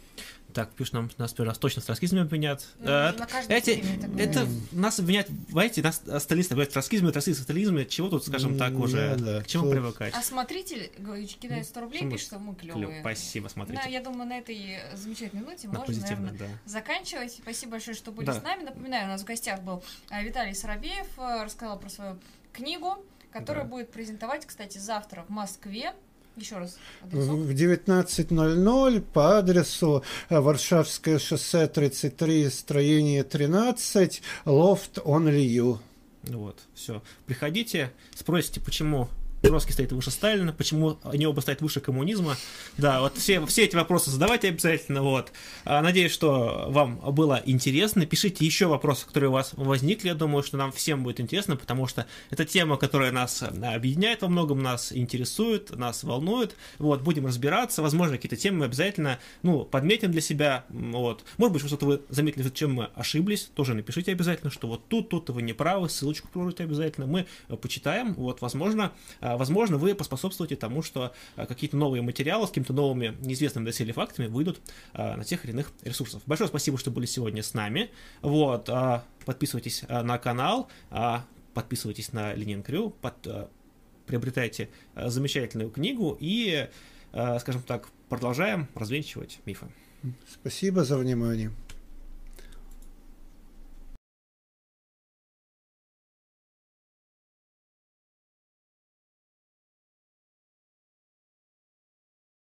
Так, пишут нас первый раз точно с троцкизмом обвинят. Это нас обвинят, знаете, нас сталисты говорят, троцкизм, стализм, чего тут, скажем так, уже, к чему привыкать. А смотритель, кидает 100 рублей, пишет, что мы клевые. Спасибо, смотритель. Да, я думаю, на этой замечательной ноте можно, наверное, заканчивать. Спасибо большое, что были с нами. Напоминаю, у нас в гостях был Виталий Соробеев, рассказал про свою книгу, которую будет презентовать, кстати, завтра в Москве. Еще раз. Адресок. В 19:00 по адресу Варшавское шоссе 33, строение 13, лофт Only You. Вот, все. Приходите, спросите, почему Троцкий стоит выше Сталина, почему они оба стоят выше коммунизма. Да, вот все эти вопросы задавайте обязательно. Вот. Надеюсь, что вам было интересно. Пишите еще вопросы, которые у вас возникли. Я думаю, что нам всем будет интересно, потому что это тема, которая нас объединяет во многом, нас интересует, нас волнует. Вот, будем разбираться. Возможно, какие-то темы мы обязательно подметим для себя. Вот. Может быть, что-то вы заметили, в чем мы ошиблись. Тоже напишите обязательно, что вот тут вы не правы. Ссылочку положите обязательно. Мы почитаем. Вот, возможно, вы поспособствуете тому, что какие-то новые материалы с какими-то новыми неизвестными доселе фактами выйдут на тех или иных ресурсах. Большое спасибо, что были сегодня с нами. Вот, подписывайтесь на канал, подписывайтесь на Ленин.крю, приобретайте замечательную книгу и, скажем так, продолжаем развенчивать мифы. Спасибо за внимание.